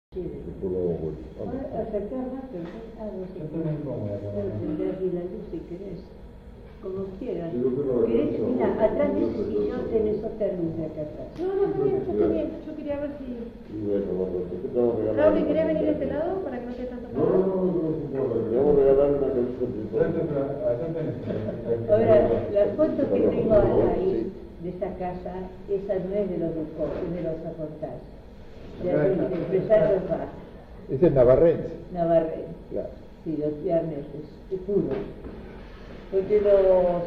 Sí. Acercar más, pero Yo estoy muy cómoda. tendrás la luz si querés, como quieras. Mira, Mira, atrás de ese sillón tenés otra luz de acá atrás. No, está bien, está bien. Yo quería ver si... Raúl, ¿querés venir de este lado para que no esté tanto calor? Le vamos a regalar una camiseta. Ahora, la foto que tengo ahí, de esa casa, esa no es de los Ducos, es de los Zaportás. De empresarios bajos. Ese es navarrense. Navarrense. Claro. Sí, los viarneses, puros. Porque los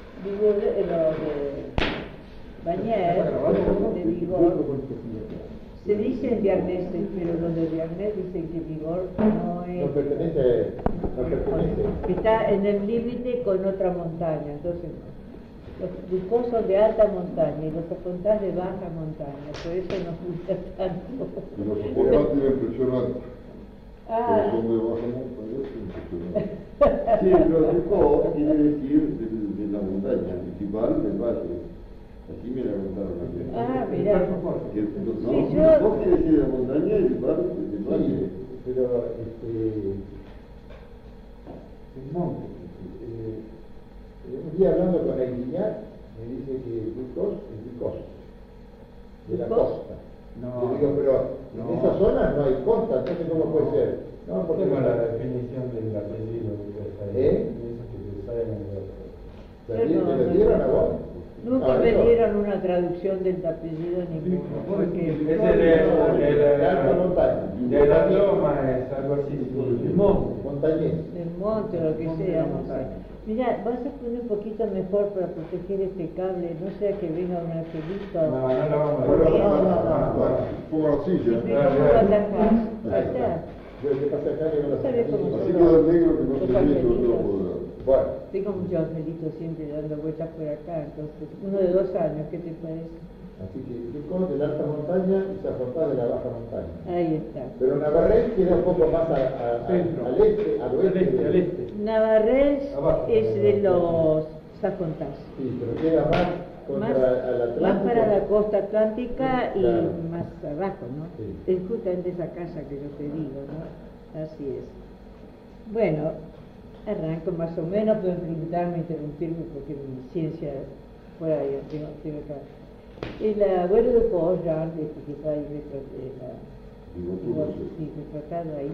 Bañer, de Vigor, se dicen viarneses, pero los de Viarnes dicen que Vigor no es... No pertenece. Que está en el límite con otra montaña, entonces los Ducos son de alta montaña y los Zapontás de baja montaña, por eso nos gusta tanto. Y los soportantes era impresionante. Ah. Son de baja montaña, es impresionante. Sí, pero Ducó quiere decir de la montaña, principal del valle. Así me la contaron aquí. Ah, mirá. Que, no, Sí, yo- Ducó quiere decir de la montaña y del valle. Pero el monte. Un día hablando con Aguilar, me dice que Ducos es Ducos, de la ¿Ducos? costa. No. Le digo, pero en No. esa zona no hay costa, entonces ¿cómo puede ser? No, porque Tengo la definición del apellido que ustedes saben. ¿Eh? Eso que se sabe en el ¿te Yo no, lo dieron a vos? Nunca Ah, me eso. dieron una traducción del apellido ninguno. Porque Ese de alta montaña. de la loma es algo así. El monte. Montañés. del monte o lo que sea, no sé. Mira, vas a poner un poquito mejor para proteger este cable, no sea que venga un angelito. No, no lo vamos a No. Pongo la silla. ¿Y cómo lo atacás? Ahí está. Yo qué pasa acá que no lo ¿Sabes cómo Así son queda los, el negro que no los se ve, no angelitos? lo puedo dar. Bueno, Tengo muchos angelitos siempre dando vueltas por acá, entonces, uno de 2 años, ¿qué te parece? así que Ducos de la alta montaña y Zaportás de la baja montaña. Ahí está. Pero Navarrés queda un poco más Centro. al este, al oeste. Al este. Navarrés Abajo. es de los Zapontás. Sí, pero queda más contra al Atlántico. Más para la costa atlántica y Claro. más abajo, ¿no? Sí. Es justamente esa casa que yo te digo, ¿no? Así es. Bueno, arranco más o menos, pueden preguntarme, interrumpirme porque mi ciencia fuera ahí, tengo acá. El abuelo de Paul, Jean, que está ahí retratado ahí,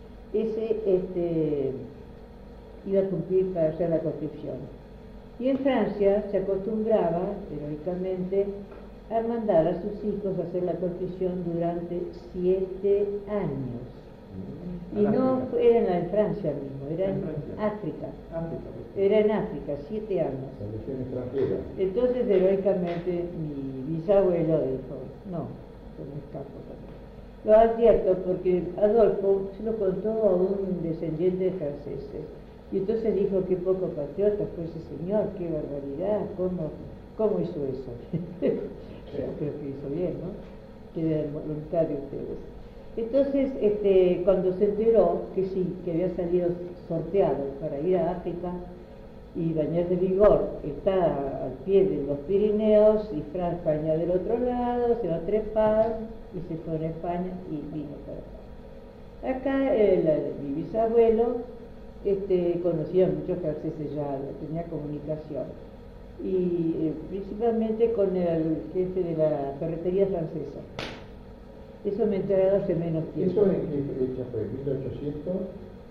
ese iba a cumplir para hacer la conscripción. Y en Francia se acostumbraba, heroicamente, a mandar a sus hijos a hacer la conscripción durante 7 años. Y no era en Francia mismo, era en África. Era en África, 7 años. La legión extranjera. Entonces, heroicamente, mi bisabuelo dijo, no, yo me escapo también. Lo advierto porque Adolfo se lo contó a un descendiente de franceses. Y entonces dijo, qué poco patriota fue ese señor, qué barbaridad, ¿cómo hizo eso? Yo creo que hizo bien, ¿no? Que era voluntad de ustedes. Entonces, cuando se enteró que sí, que había salido sorteado para ir a África, y Bañer de Vigor está al pie de los Pirineos y España del otro lado, se va a trepar y se fue a España y vino para acá. Acá mi bisabuelo conocía a muchos franceses ya, tenía comunicación y principalmente con el jefe de la ferretería francesa. Eso me he enterado hace menos tiempo. ¿Eso en qué fecha fue? ¿1800?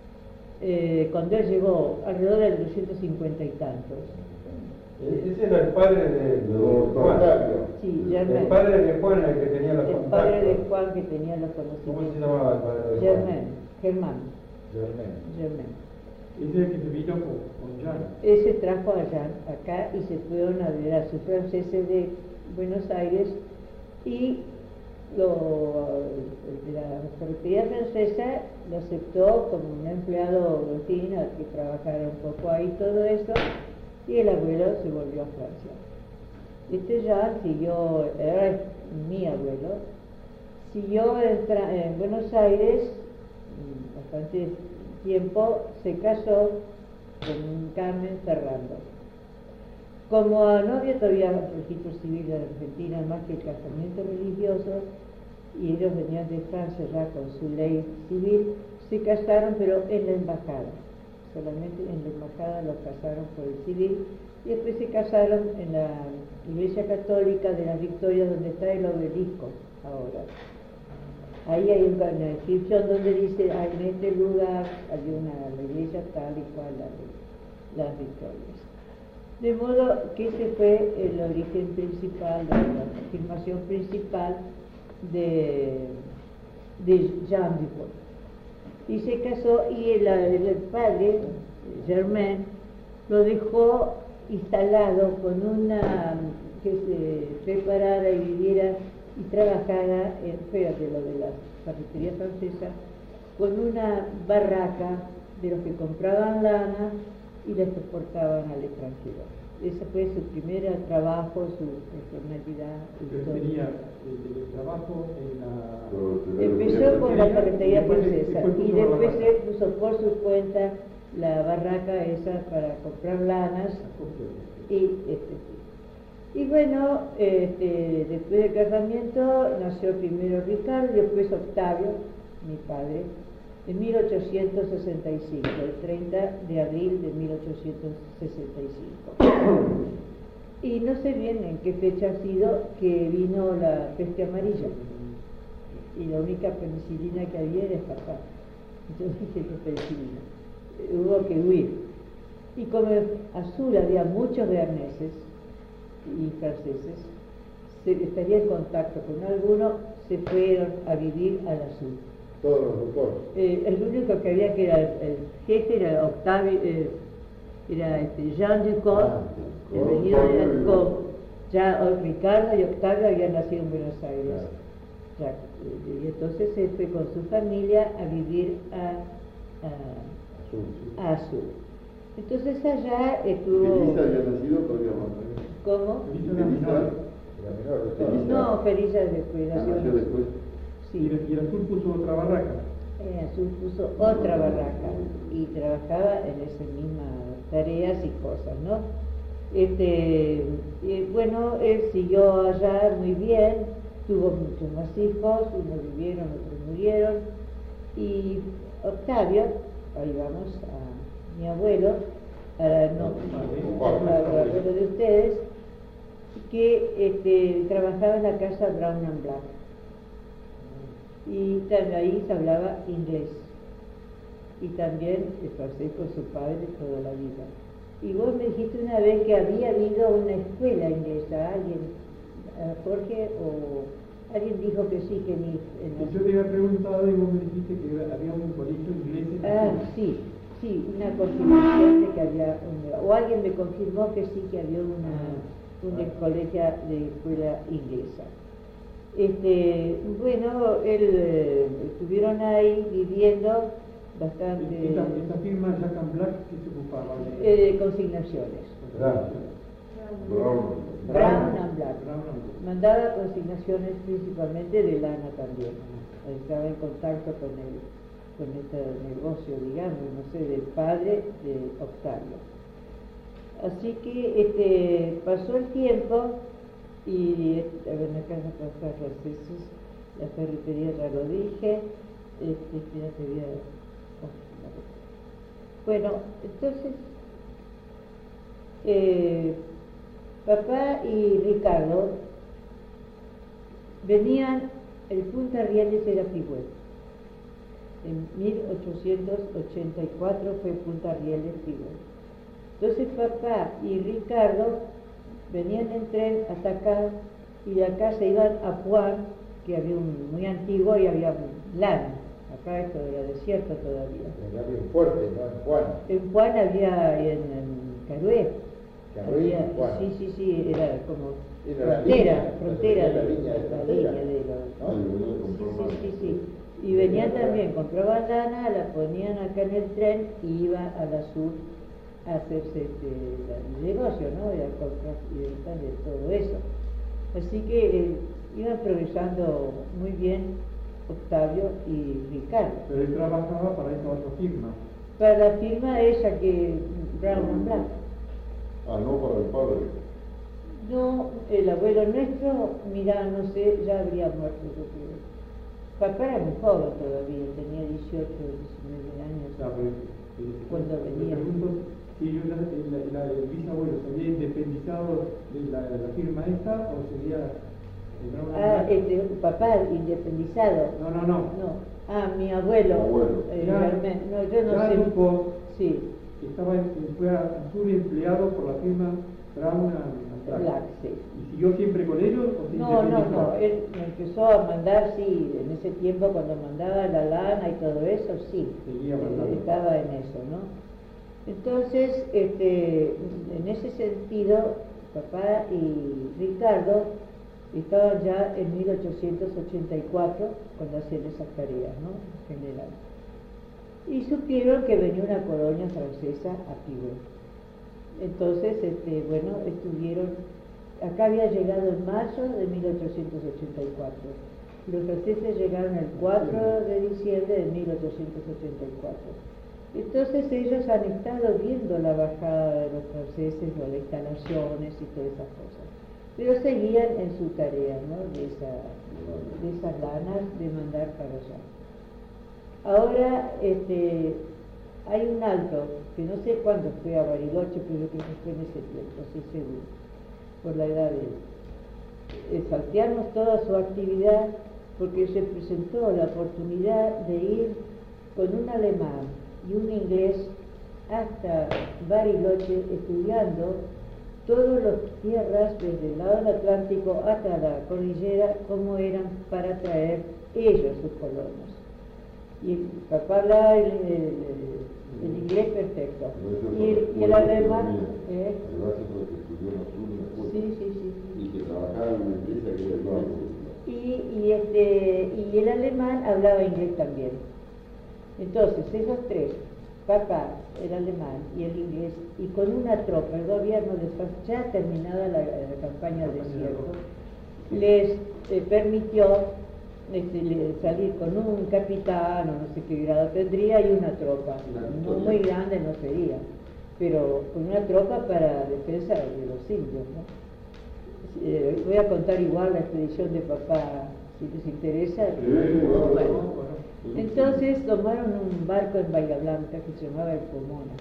Cuando él llegó, alrededor de 250 y tantos. Ese era el padre de Juan. Octavio. Sí, El Germain. padre de Juan, el que tenía los El contactos. padre de Juan que tenía los ¿Cómo se conocimientos. llamaba el padre de Juan? Germán. Germain. Ese es el que se vino con Jan. Ese trajo a Jean acá y se fueron a ver a sus franceses de Buenos Aires y el de la ferretería francesa lo aceptó como un empleado rutino que trabajara un poco ahí todo eso y el abuelo se volvió a Francia. Jean siguió, era mi abuelo, siguió en Buenos Aires bastante tiempo, se casó con Carmen Ferrando. Como no había todavía registro civil en Argentina más que el casamiento religioso, y ellos venían de Francia ya con su ley civil, se casaron pero en la embajada, solamente en la embajada los casaron por el civil, y después se casaron en la iglesia católica de las Victorias, donde está el obelisco ahora. Ahí hay una inscripción donde dice, en este lugar hay la iglesia tal y cual, las Victorias. De modo que ese fue el origen principal, la afirmación principal de Jean Dupont. Y se casó, y el padre, Germain, lo dejó instalado con una que se preparara y viviera y trabajara, fíjate lo de la ferretería francesa, con una barraca de los que compraban lana y la exportaban al extranjero. Ese fue su primer trabajo, su personalidad. Pero tenía el trabajo en la... Empezó con la ferretería Después francesa puso y la después barraca. se puso por su cuenta la barraca esa para comprar lanas y bueno, después del casamiento nació primero Ricardo y después Octavio, mi padre, en 1865, el 30 de abril de 1865. Y no sé bien en qué fecha ha sido que vino la peste amarilla. Y la única penicilina que había era papá. Entonces dije que penicilina. Hubo que huir. Y como al sur había muchos bearneses y franceses, estaría en contacto con alguno, se fueron a vivir al sur. Todos los grupos. El único que había que era el jefe era Octavio, era Jean Ducot, el venido de Ducot. Ya Ricardo y Octavio habían nacido en Buenos Aires. Ya, y entonces se fue con su familia a vivir a Azul. Entonces allá estuvo... Felisa había nacido todavía más. ¿Cómo? Felisa. La menor de todas. No, Felisa después nació. Nació después. Sí. Y el azul puso otra barraca. Azul puso otra barraca y trabajaba en esas mismas tareas y cosas, ¿no? Bueno, él siguió allá muy bien, tuvo muchos más hijos, unos vivieron, otros murieron, y Octavio, ahí vamos a mi abuelo, al abuelo de ustedes, que trabajaba en la casa Brown and Black. Y también ahí se hablaba inglés y también el francés con su padre toda la vida. Y vos me dijiste una vez que había habido una escuela inglesa, Jorge, o alguien dijo que sí, que ni... Yo te había preguntado y vos me dijiste que había un colegio inglés en sí, una confirmación de que había o alguien me confirmó que sí, que había una escuela inglesa. Bueno, estuvieron ahí viviendo bastante... ¿Esta firma Jacques Black qué se ocupaba? Consignaciones. Brown. Brown and Black. Mandaba consignaciones principalmente de lana también. Estaba en contacto con este negocio, digamos, no sé, del padre de Octavio. Así que pasó el tiempo y en la casa para franceses, la ferretería ya lo dije, bueno, entonces papá y Ricardo venían, el Punta Rieles era Figüet. En 1884 fue Punta Rieles Figüet. Entonces papá y Ricardo venían en tren hasta acá y de acá se iban a Puan, que había muy antiguo y había lana. Acá esto era desierto todavía. Había un fuerte, ¿no? En Juan. En Puan había, en Carué. Carué y Puan. Sí, era como Era frontera la línea de frontera, de los... ¿no? Sí. Y venían también, compraban lana, la ponían acá en el tren y iba a la sur a hacerse el negocio, ¿no? De las compras y ventas de todo eso. Así que iban progresando muy bien Octavio y Ricardo. Pero él trabajaba para esa otra firma. Para la firma esa que Brown and Black. No para el padre. No, el abuelo nuestro, mira, no sé, ya habría muerto, yo creo. Papá era muy joven todavía, tenía 18, 19 años. Cuando venía. Me pregunto si ellos, el bisabuelo se había independizado de la firma esta o sería... Papá independizado. No. No. Mi abuelo. No, yo no sé. Supo, Sí. Fue a Sur empleado por la firma Brown Black, sí. ¿Y siguió siempre con ellos? ¿O se No, independizó? él me empezó a mandar, sí, en ese tiempo cuando mandaba la lana y todo eso, sí, Seguía mandando. estaba en eso, ¿no? Entonces, en ese sentido, papá y Ricardo estaban ya en 1884 cuando hacían esas tareas, ¿no? En general. Y supieron que venía una colonia francesa a Pibe. Entonces, estuvieron, acá había llegado en marzo de 1884. Los franceses llegaron el 4 de diciembre de 1884. Entonces ellos han estado viendo la bajada de los franceses, o las instalaciones y todas esas cosas. Pero seguían en su tarea, ¿no? De esas lanas de mandar para allá. Ahora, hay un alto, que no sé cuándo fue a Bariloche, pero yo creo que fue en ese tiempo, estoy seguro, por la edad de él. Salteamos toda su actividad porque se presentó la oportunidad de ir con un alemán y un inglés hasta Bariloche estudiando todas las tierras desde el lado del Atlántico hasta la cordillera, cómo eran para traer ellos sus colonos. Y el papá hablaba el inglés perfecto. Y el alemán... Y que trabajaba en una empresa que era y el alemán hablaba inglés también. Entonces, esos tres, papá, el alemán y el inglés, y con una tropa, el gobierno, ya terminada la campaña del desierto, les permitió salir con un capitán o no sé qué grado tendría y una tropa. No muy grande no sería, pero con una tropa para defensa de los indios, ¿no? Voy a contar igual la expedición de papá, si les interesa. Bueno, entonces tomaron un barco en Bahía Blanca que se llamaba el Pomona.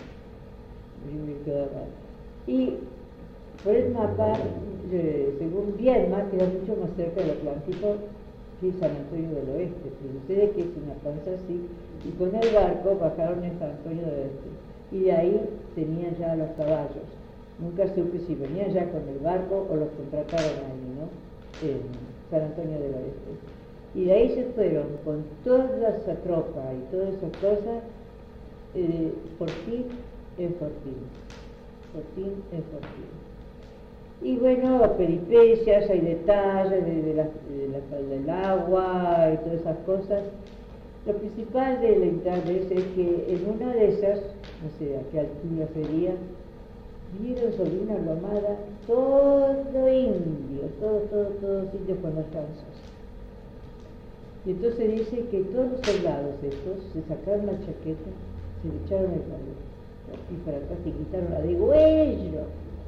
Y por el mapa, según Viedma, queda mucho más cerca del Atlántico que San Antonio del Oeste, pero sucede que es una panza así, y con el barco bajaron en San Antonio del Oeste, y de ahí tenían ya los caballos. Nunca supe si venían ya con el barco o los contrataron ahí, ¿no? En San Antonio del Oeste. Y de ahí se fueron con toda esa tropa y todas esas cosas, Fortín en Fortín. Fortín en Fortín. Y bueno, peripecias, hay detalles del agua y todas esas cosas. Lo principal de la internet es que en una de esas, no sé a qué altura sería, vieron sobre una lomada todo indio, todos indios con las lanzas. Y entonces dice que todos los soldados estos se sacaron la chaqueta, se le echaron el palo y para atrás se quitaron la de huello.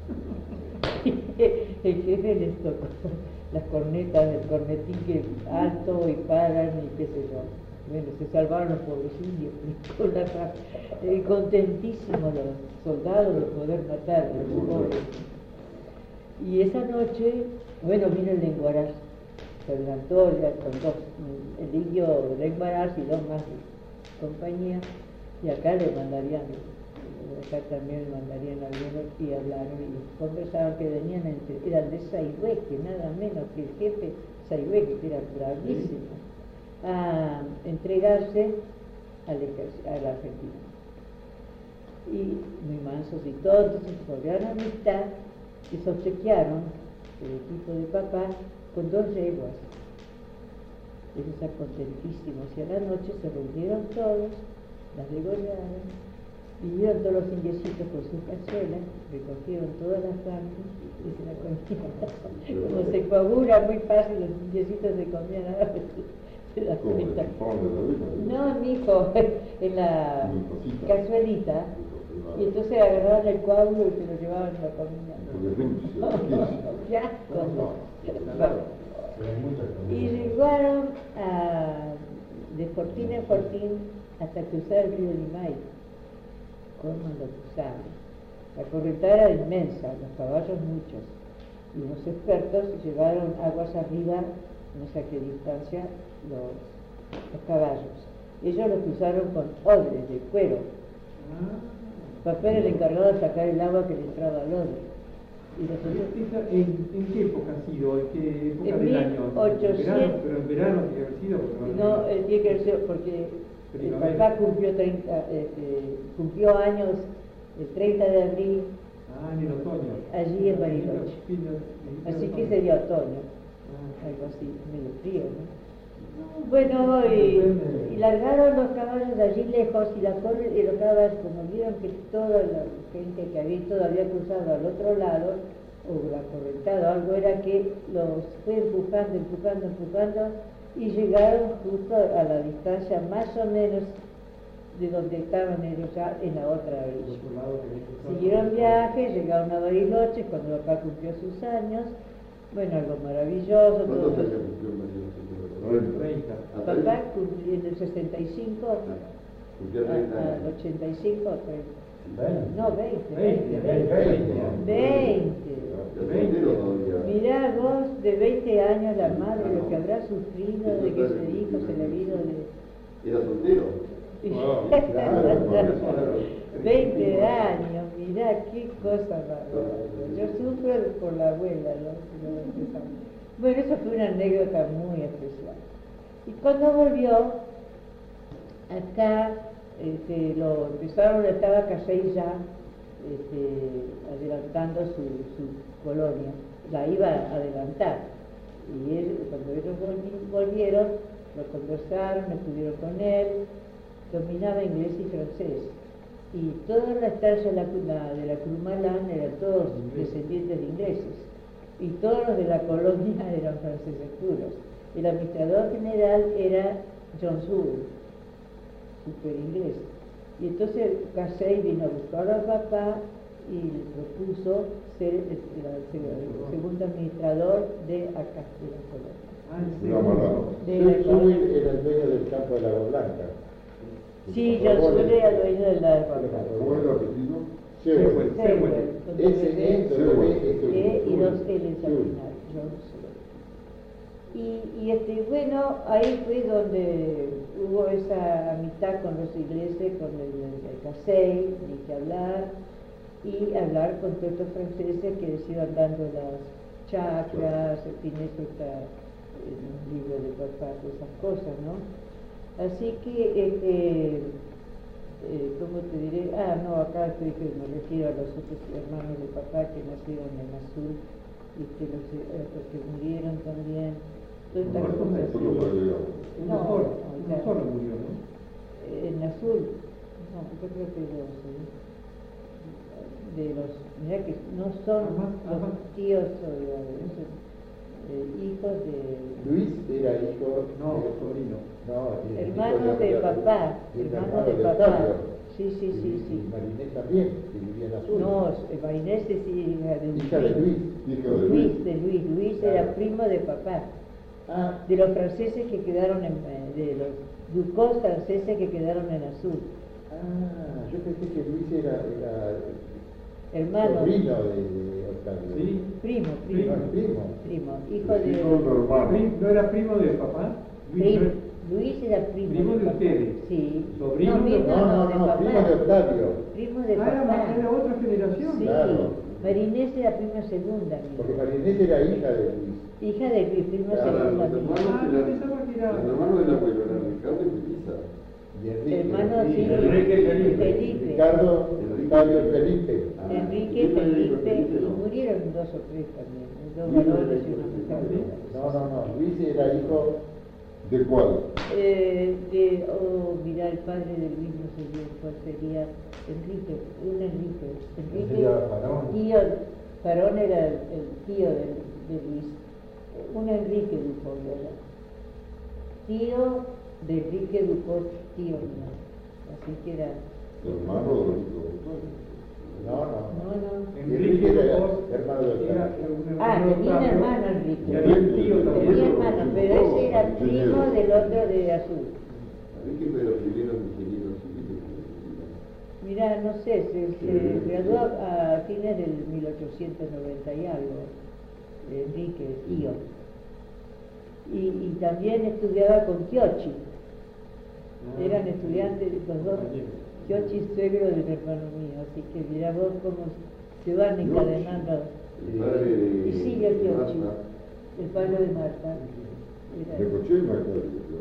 El jefe les tocó las cornetas del cornetín que alto y paran y qué sé yo. Bueno, se salvaron los pobres indios, contentísimos los soldados de poder matar a los pobres. Y esa noche, bueno, vino el Lenguaraz, se adelantó ya con dos, el indio Lenguaraz y dos más de compañía, y acá le mandarían, acá también le mandarían algunos y hablaron y conversaban que venían eran de Sayhueque, nada menos que el jefe Sayhueque, que era bravísimo, a entregarse a la Argentina. Y muy mansos y todo, entonces por gran amistad les obsequiaron el equipo de papá con 2 yeguas. Ellos están contentísimos y a la noche se reunieron todos, las degollaron, vinieron todos los indiecitos con sus cazuelas, recogieron todas las carnes y se la comían. Como se coagula muy fácil, los indiecitos se comían a la cuenta. No, mijo, en la cazuelita. Y entonces agarraban el coágulo y se lo llevaban a la comida. Ya, como. Y llegaron a de fortín en fortín hasta cruzar el río Limay. ¿Cómo lo cruzamos? La correntada era inmensa, los caballos muchos, y los expertos llevaron aguas arriba, no sé a qué distancia, los caballos. Ellos lo cruzaron con odres de cuero. Papá era el encargado de sacar el agua que le entraba al odre. Y los otros... ¿En qué época ha sido? ¿En qué época En del año? 1800. ¿En verano? Pero en verano tiene que haber sido. No, tiene que haber sido porque el papá cumplió años el 30 de abril. Ah, en el otoño. Allí en Bariloche. Así que sería otoño, algo así, medio frío, ¿no? Bueno, y largaron los caballos de allí lejos y los caballos, como vieron que toda la gente que había cruzado al otro lado, o la correntada, algo era que los fue empujando, y llegaron justo a la distancia más o menos de donde estaban ellos ya en la otra orilla. Siguieron viaje, llegaron a Bariloche cuando papá cumplió sus años. Bueno, algo maravilloso. ¿Cuántos todo. años cumplió María? 30. Papá cumplió en el 65 Cumplió 30 a años. 85, no, 20. 20. Mirá vos, de 20 años la madre, lo que habrá sufrido de que su hijo se le vino de... ¿Era soltero? 20 años, mirá qué cosa más. Yo sufro por la abuela, ¿no? Bueno, eso fue una anécdota muy especial. Y cuando volvió, acá lo empezaron, estaba Casey ya adelantando su colonia, la iba a adelantar. Y cuando ellos volvieron, lo conversaron, estuvieron con él, dominaba inglés y francés. Y toda la estancia de la Curmalán eran todos descendientes de ingleses. Y todos los de la colonia eran franceses puros. El administrador general era John Sewell, super inglés. Y entonces Casey vino a buscar a papá y lo puso ser el segundo administrador de acá, de la colonia. Sewell era el dueño del campo de Lago Blanca. Sí, John Sewell era dueño de la ¿Cómo es el apellido? Sewell. Y dos L's al final, John Sewell. Y bueno, ahí fue donde hubo esa amistad con los ingleses, con el Casey, ni que hablar, y hablar con todos estos franceses que les iban dando las chacras, en fin, eso está en un libro de papá, esas cosas, ¿no? Así que, ¿cómo te diré? Acá estoy que me refiero a los otros hermanos de papá que nacieron en Azul y que los que murieron también. Todas estas cosas. Uno solo murió, ¿no? En Azul, no, yo creo que dos, de los, mirá que no son los tíos hijos de... Luis era hijo... No, sobrino. No, hermano de papá, hermano de papá. Octavio. Sí. Y Marinés también, que vivía en Azul. No, Marinés es hija Hija de Luis. Luis era primo de papá. De los franceses que quedaron de los ducos franceses que quedaron en Azul. Yo pensé que Luis era hermano. sobrino de Octavio. Sí. Primo, hijo de... ¿No era primo de papá? Luis era primo. ¿Primo de ustedes? Sí. ¿Sobrino? No, de papá. Primo de Octavio. Primo de papá. Era otra generación. Sí. Claro. Marinés era prima segunda. Porque Marinés era hija de Luis. Hija de Luis, prima Claro, segunda. los hermanos del abuelo eran Ricardo y Felisa. Y Enrique. Hermano, sí. Enrique Felipe. Ricardo, Octavio y Felipe. Enrique, Felipe, y murieron dos o tres también. Dos varones y una mujer. No. Luis era hijo... ¿De cuál? Mirá, el padre de Luis, no sé bien cuál sería. Enrique. Sería Farón. Farón era el tío de Luis. Un Enrique Ducos, ¿verdad? Tío de Enrique Ducos, tío mío. Así que era... Hermano de los No. Enrique era Ducos hermano de Octavio. tenía un hermano Enrique. Y había un tío Tenía también. hermano, pero ese era primo del otro de Azul. ¿Sabés quién fue de los primeros ingenieros civiles? Mirá, no sé, se graduó a fines del 1890 y algo, Enrique Tío. Y también estudiaba con Kiochi. Eran estudiantes los dos. Kiochi es suegro del hermano mío, así que mirá vos cómo se van encadenando. El padre de Y Silvio Kiochi, Marta. el padre de Marta. De Coche y Marta.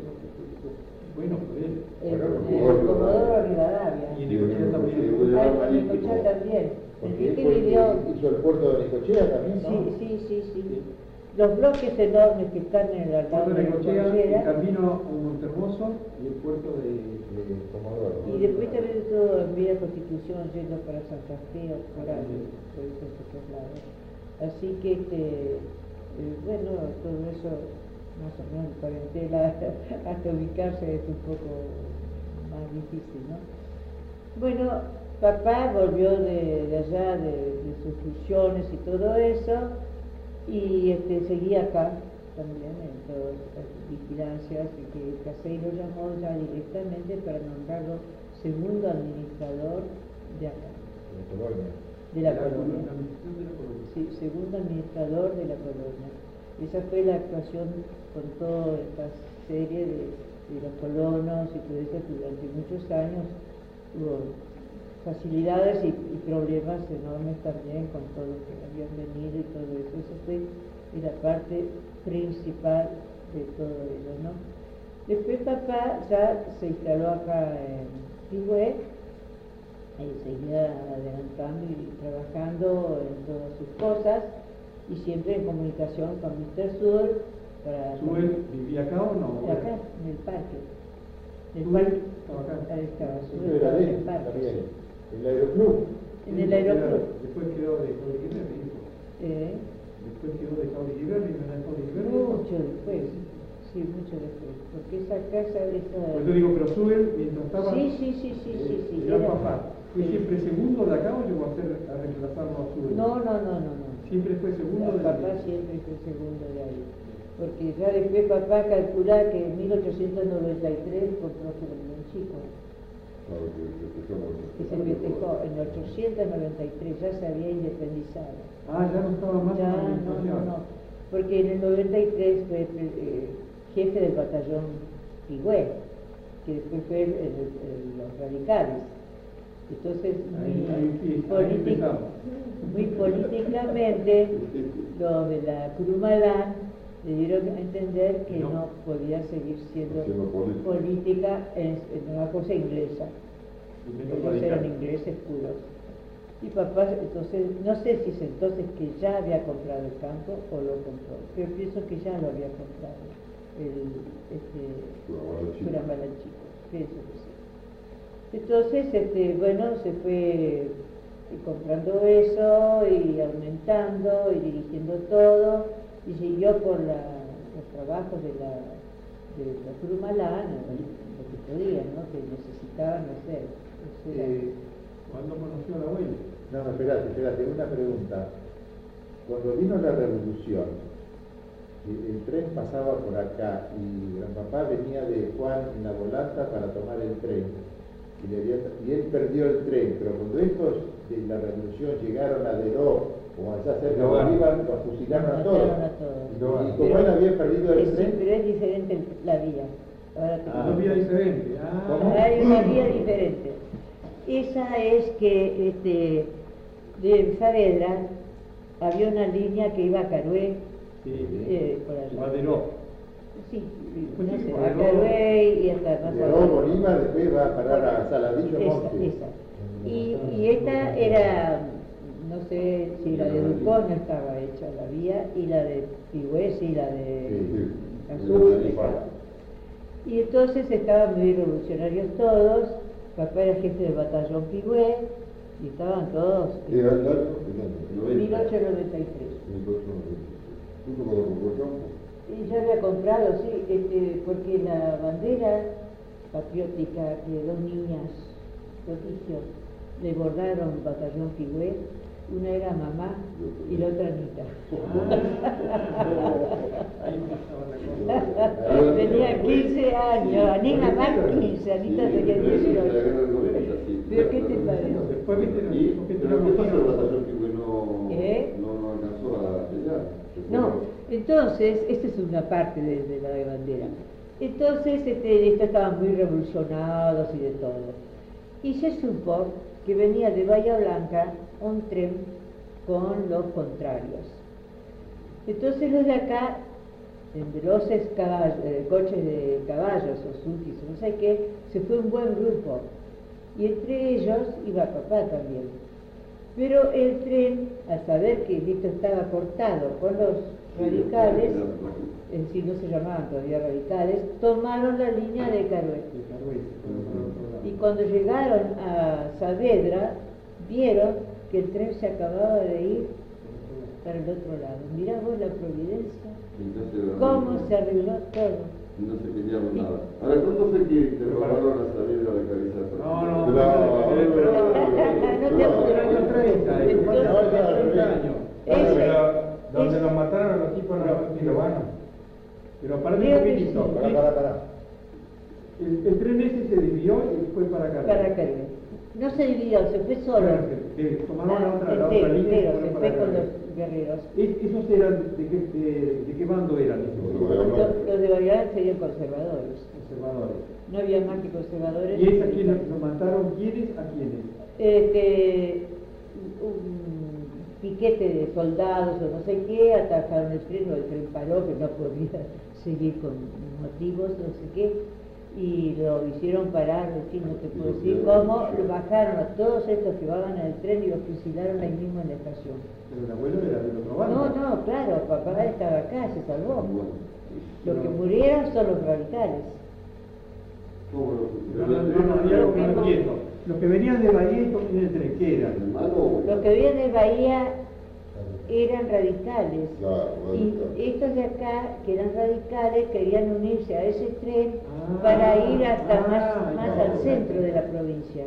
Bueno, por él. Comodoro Rivadavia. Y Necochea también. Ah, y Necochea también. Porque Enrique él fue el vivió. que hizo el puerto de Necochea también, ¿no? Sí. Los bloques enormes que están en el Puerto lado de de Necochea, el Necochea. camino a Montermoso y el puerto de Comodoro. Y después también todo en Vía Constitución yendo para Santa Fe o por ahí, por esos lados. Así que, bueno, todo eso, más o menos, cuarentena, hasta ubicarse es un poco más difícil, ¿no? Bueno, papá volvió de allá, de sus fusiones y todo eso, y seguía acá también en todas las vigilancias, y que Casey lo llamó ya directamente para nombrarlo segundo administrador de acá, de la colonia. administración de la colonia. Sí, segundo administrador de la colonia. Esa fue la actuación con toda esta serie de los colonos y todo eso. Durante muchos años hubo facilidades y problemas enormes también con todos los que habían venido y todo eso. Esa fue la parte principal de todo ello, ¿no? Después papá ya se instaló acá en Pigüé y seguía adelantando y trabajando en todas sus cosas y siempre en comunicación con Mr. Sur para... ¿Suel vivía acá o no? Acá, en el parque. En el Suel parque. estaba acá. Ahí estaba, Eso Sur era estaba de en el él parque. también. El aeroclub. En el aeropuerto. Después quedó de Jauri Guillermo. Eh, Después quedó de Jauri Guillermo y no era Jauri Guillermo. Mucho después, sí, mucho después. Porque esa casa, Por eso digo, pero Suel, mientras estaba. Sí. Era era- papá. ¿Fue siempre segundo de acá o llegó a reemplazarlo a Suel? No. Siempre fue segundo de Papá siempre fue segundo de ahí. Porque ya después papá calcula que en 1893 compró Germán Chico, que se festejó en 1893, ya se había independizado. Ah, ya no estaba más Ya, en la administración. no. Porque en el 93 fue jefe del batallón Pigüé, que después fue los radicales. Entonces, muy políticamente, los de la Curumalán le dieron a entender que no podía seguir siendo Haciendo política en una cosa inglesa. Ellos eran ingleses puros. Y papá, entonces, no sé si es entonces que ya había comprado el campo o lo compró, pero pienso que ya lo había comprado, Curambalán Chico, pienso que sí. Entonces, bueno, se fue comprando eso y aumentando y dirigiendo todo, y siguió por los trabajos de la Curumalán, lo que podían, ¿no? Que necesitaban hacer. Eso era- ¿Cuándo conoció a la abuela? No, espérate, una pregunta. Cuando vino la revolución, el tren pasaba por acá y gran papá venía de Juan en la volanta para tomar el tren y él perdió el tren, pero cuando estos de la revolución llegaron a Deró o allá cerca de Bolívar, los fusilaron a todos. Mataron a todos. Y como él había perdido el Sí, tren, pero es diferente la vía. Ahora te Una vía diferente. ¿Cómo? Hay una vía diferente. Esa es que de Saavedra había una línea que iba a Carué, por allá. Maderó. Sí, Pues no sí, sé, por a Deró. Carué y hasta más Deró, abajo. Bolívar, después va a parar a Saladillo Monte. Esa. Y esta era, no sé si la de Ducón no estaba hecha la vía, y la de Pigüé sí, la de Azul estaba. Y entonces estaban muy revolucionarios todos, papá era jefe del batallón Pigüé, y estaban todos en 1893. Justo cuando compró el campo. Y yo había comprado, sí, porque la bandera patriótica que dos niñas prodigio le bordaron batallón Pigüé, una era mamá y la otra Anita. Ahí empezaba la cosa. Tenía 15 años, Anita más 15, Anita tenía 18. ¿Pero qué te parece? Después viste ¿Y qué pasó en la batalla que no alcanzó a pelear? No, entonces, esta es una parte de la de bandera. Entonces, estos estaban muy revolucionados y de todo. Y se supo que venía de Bahía Blanca un tren con los contrarios. Entonces los de acá, en veloces coches de caballos o sulkis, no sé qué, se fue un buen grupo. Y entre ellos iba papá también. Pero el tren, al saber que esto estaba cortado con los radicales, es decir, no se llamaban todavía radicales, tomaron la línea de Carué. Y cuando llegaron a Saavedra, vieron que el tren se acababa de ir para el otro lado. Mirá vos la providencia, cómo se arregló todo. No se pelearon nada. Ahora, ¿cuándo fue que te robaron a Saavedra la cabeza? No te apures. Donde lo mataron a los tipos en Pirovano. Pero para mí un poquitito. Pará. El tren ese se dividió y fue para acá. Para Carmen. No se dividió, se fue solo. Tomaron la otra línea y Entero, fueron se para fue con acá. los guerreros. ¿Esos eran de qué bando eran esos? Los de Bahía serían conservadores. Conservadores. No había más que conservadores. ¿Y es a quienes lo mataron? ¿Quiénes a quiénes? Un piquete de soldados o no sé qué, atacaron el tren paró, que no podía seguir con motivos, no sé qué, y lo hicieron parar, decir, no te puedo decir cómo, lo bajaron a todos estos que iban en el tren y los fusilaron ahí mismo en la estación. Pero el abuelo era del otro bando. No, claro, papá estaba acá, se salvó. Los que murieron son los radicales. No entiendo. Los que venían de Bahía y en el tren, ¿qué eran? Los que venían de Bahía eran radicales. Y estos de acá, que eran radicales, querían unirse a ese tren para ir hasta más al centro de la provincia.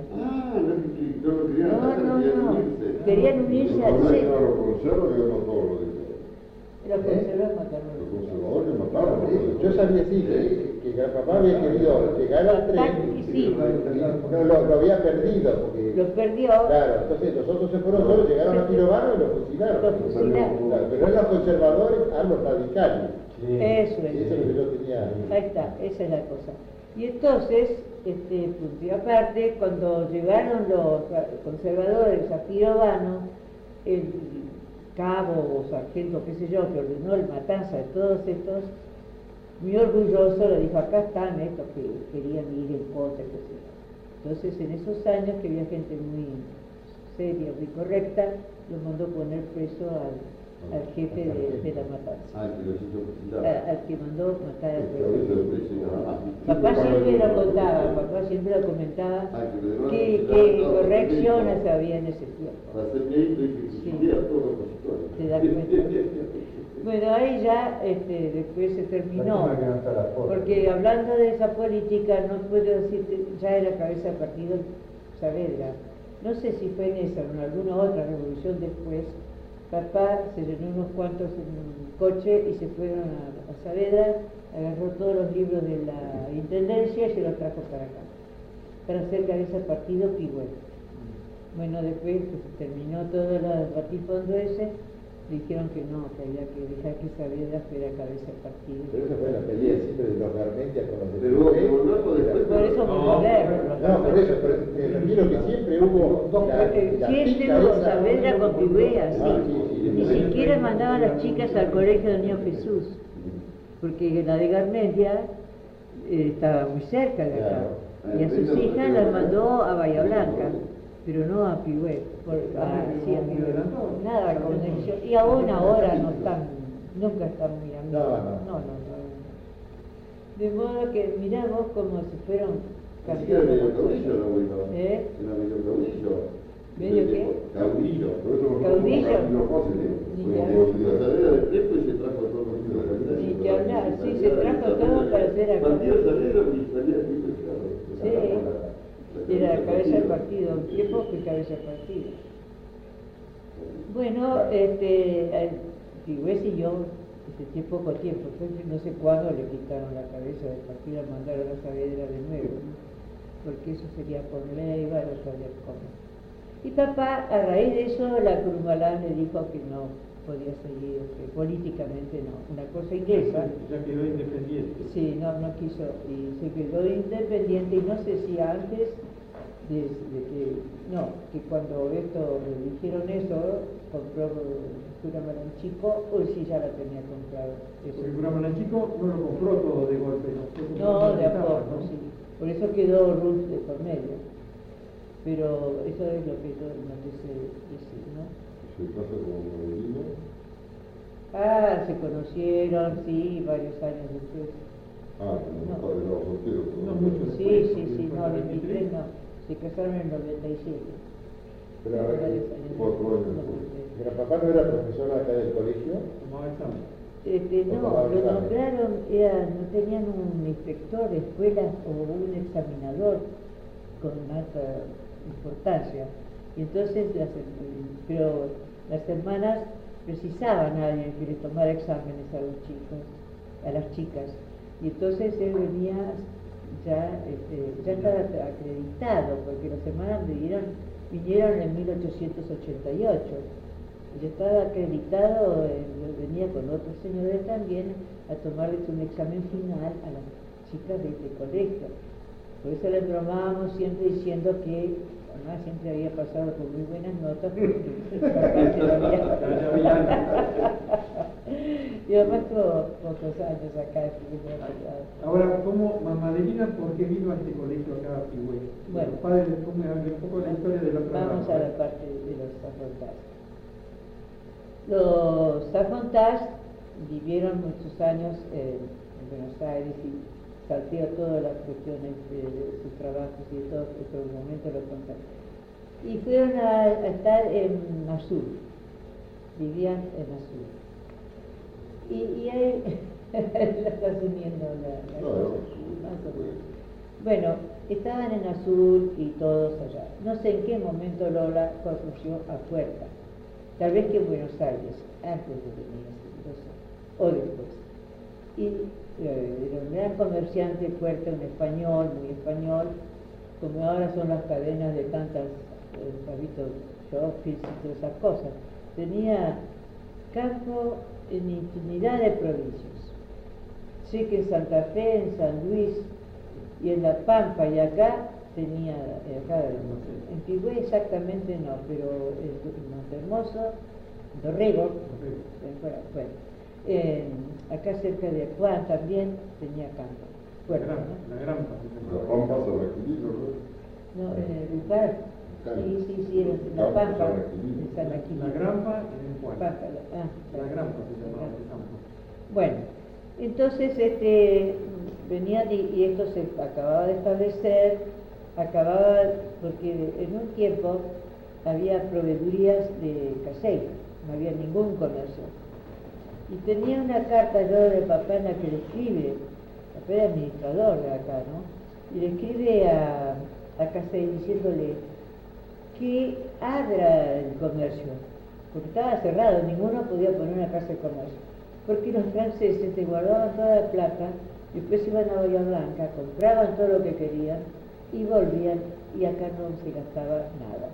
No. Querían unirse al centro. Los conservadores Los conservadores mataron. Yo sabía sí que el papá había querido llegar al tren Sí. no lo había perdido porque Los perdió. claro, entonces los otros se fueron solos, llegaron a Pirovano y los fusilaron. Los fusilaron. Claro, pero eran los conservadores a los radicales. Eso es. Eso es lo que yo tenía. Ahí está, esa es la cosa. Y entonces, punto y aparte, cuando llegaron los conservadores a Pirovano, el cabo o sargento, qué sé yo, que ordenó la matanza de todos estos, muy orgulloso le dijo, acá están estos que querían ir en contra, qué sé yo. Entonces, en esos años que había gente muy seria, muy correcta, lo mandó poner preso al jefe de la matanza. Al que mandó matar al rey. Papá siempre lo contaba, papá siempre lo comentaba, qué correcciones había en ese tiempo. ¿Te das cuenta? Bueno, ahí ya después se terminó, porque hablando de esa política, no puedo decirte, ya era cabeza de partido Saavedra. No sé si fue en esa o en alguna otra revolución después, papá se llenó unos cuantos en un coche y se fueron a Saavedra, agarró todos los libros de la intendencia y se los trajo para acá, para ser cabeza de partido Pigüé. Bueno, después que se terminó todo el batifondo ese, dijeron que no, que había que dejar que Saavedra fuera cabeza de partido. Pero esa fue la pelea siempre de los Garmendia con los de Por eso muy moderno. No, por eso, pero me refiero que siempre hubo Siempre hubo Saavedra con Pigüé, así. Ni siquiera mandaban las chicas al colegio del Niño Jesús, porque la de Garmendia estaba muy cerca de acá. Y a sus hijas las mandó a Bahía Blanca, pero no a Pigüé. Nada conexión. Y aún ahora no están, nunca están muy amigos. No. De modo que mirá vos como se fueron cambiando. ¿Eh? ¿Medio qué? Caudillo. Caudillo. Ni que hablar, sí, se trajo todo para hacer acá. Sí, era cabeza del partido, un tiempo fue cabeza del partido. Bueno, Pigüé siguió poco tiempo, entonces no sé cuándo le quitaron la cabeza del partido y la mandaron a Saavedra de nuevo, porque eso sería por ley, bueno, saber cómo. Y papá, a raíz de eso, la Curmalán le dijo que no podía seguir, que políticamente no, una cosa inglesa. Ya quedó independiente. Sí, no quiso, y se quedó independiente, y no sé si antes que cuando esto le dijeron eso, compró Cura Chico, o si ya la tenía comprado. Porque Cura Chico no lo compró todo de golpe, ¿no? No, de a poco, ¿no? Sí. Por eso quedó Ruth de por medio. Pero eso es lo que se dice, ¿no? ¿Se casa con Avelino? Ah, se conocieron, sí, varios años después. Ah, como padre de los solteros. No mucho. Sí, no, 23 no. Se casaron en el 97. Pero a ver, Varios años 4 años después. ¿Pero papá no era profesor acá del colegio? Tomaba examen. No, lo nombraron, no tenían un inspector de escuelas o un examinador con alta importancia. Y entonces, pero las hermanas precisaban a alguien que le tomara exámenes a los chicos, a las chicas. Y entonces él venía, ya estaba acreditado, porque las hermanas vinieron en 1888. Yo estaba acreditado, venía con otros señores también a tomarles un examen final a las chicas de este colegio. Por eso les bromábamos siempre diciendo que mamá siempre había pasado con muy buenas notas, porque papá se lo había... Y además estuvo pocos años acá. Ahora, ¿cómo Madelina, por qué vino a este colegio acá a Pigüé? Bueno, los padres, ¿cómo un poco la historia del otro lado? Vamos a la parte de los Safontás. Los Safontás vivieron muchos años en Buenos Aires y salteó todas las cuestiones de sus trabajos y de todo, por el momento lo contaron. Y fueron a estar en Azul, vivían en Azul. Y ahí la estás uniendo la No, cosa. Más o menos. Bueno, estaban en Azul y todos allá. No sé en qué momento Lola conoció a Puerta. Tal vez que en Buenos Aires, antes de venir a Mendoza, o después. Y era un gran comerciante fuerte, un español, muy español, como ahora son las cadenas de tantas, shoppings y todas esas cosas. Tenía campo en infinidad de provincias. Sé que en Santa Fe, en San Luis y en La Pampa y acá tenía, en Pigüé exactamente no, pero en Montehermoso, Dorrego, bueno, acá cerca de Juan también tenía campo. Fuerte, ¿no? La Grampa. La Pampa se requirió, ¿no? No, en el lugar. Sí, en La Pampa, en San Aquilino. La Grampa en el Juan. Pampa, La Grampa se llamaba ese campo. Bueno, entonces venían y esto se acababa de establecer, porque en un tiempo había proveedurías de Casey, no había ningún comercio. Y tenía una carta yo de papá en la que le escribe, papá era administrador de acá, ¿no? Y le escribe a Casey diciéndole que abra el comercio, porque estaba cerrado, ninguno podía poner una casa de comercio, porque los franceses se guardaban toda la plata, después iban a Bahía Blanca, compraban todo lo que querían y volvían, y acá no se gastaba nada.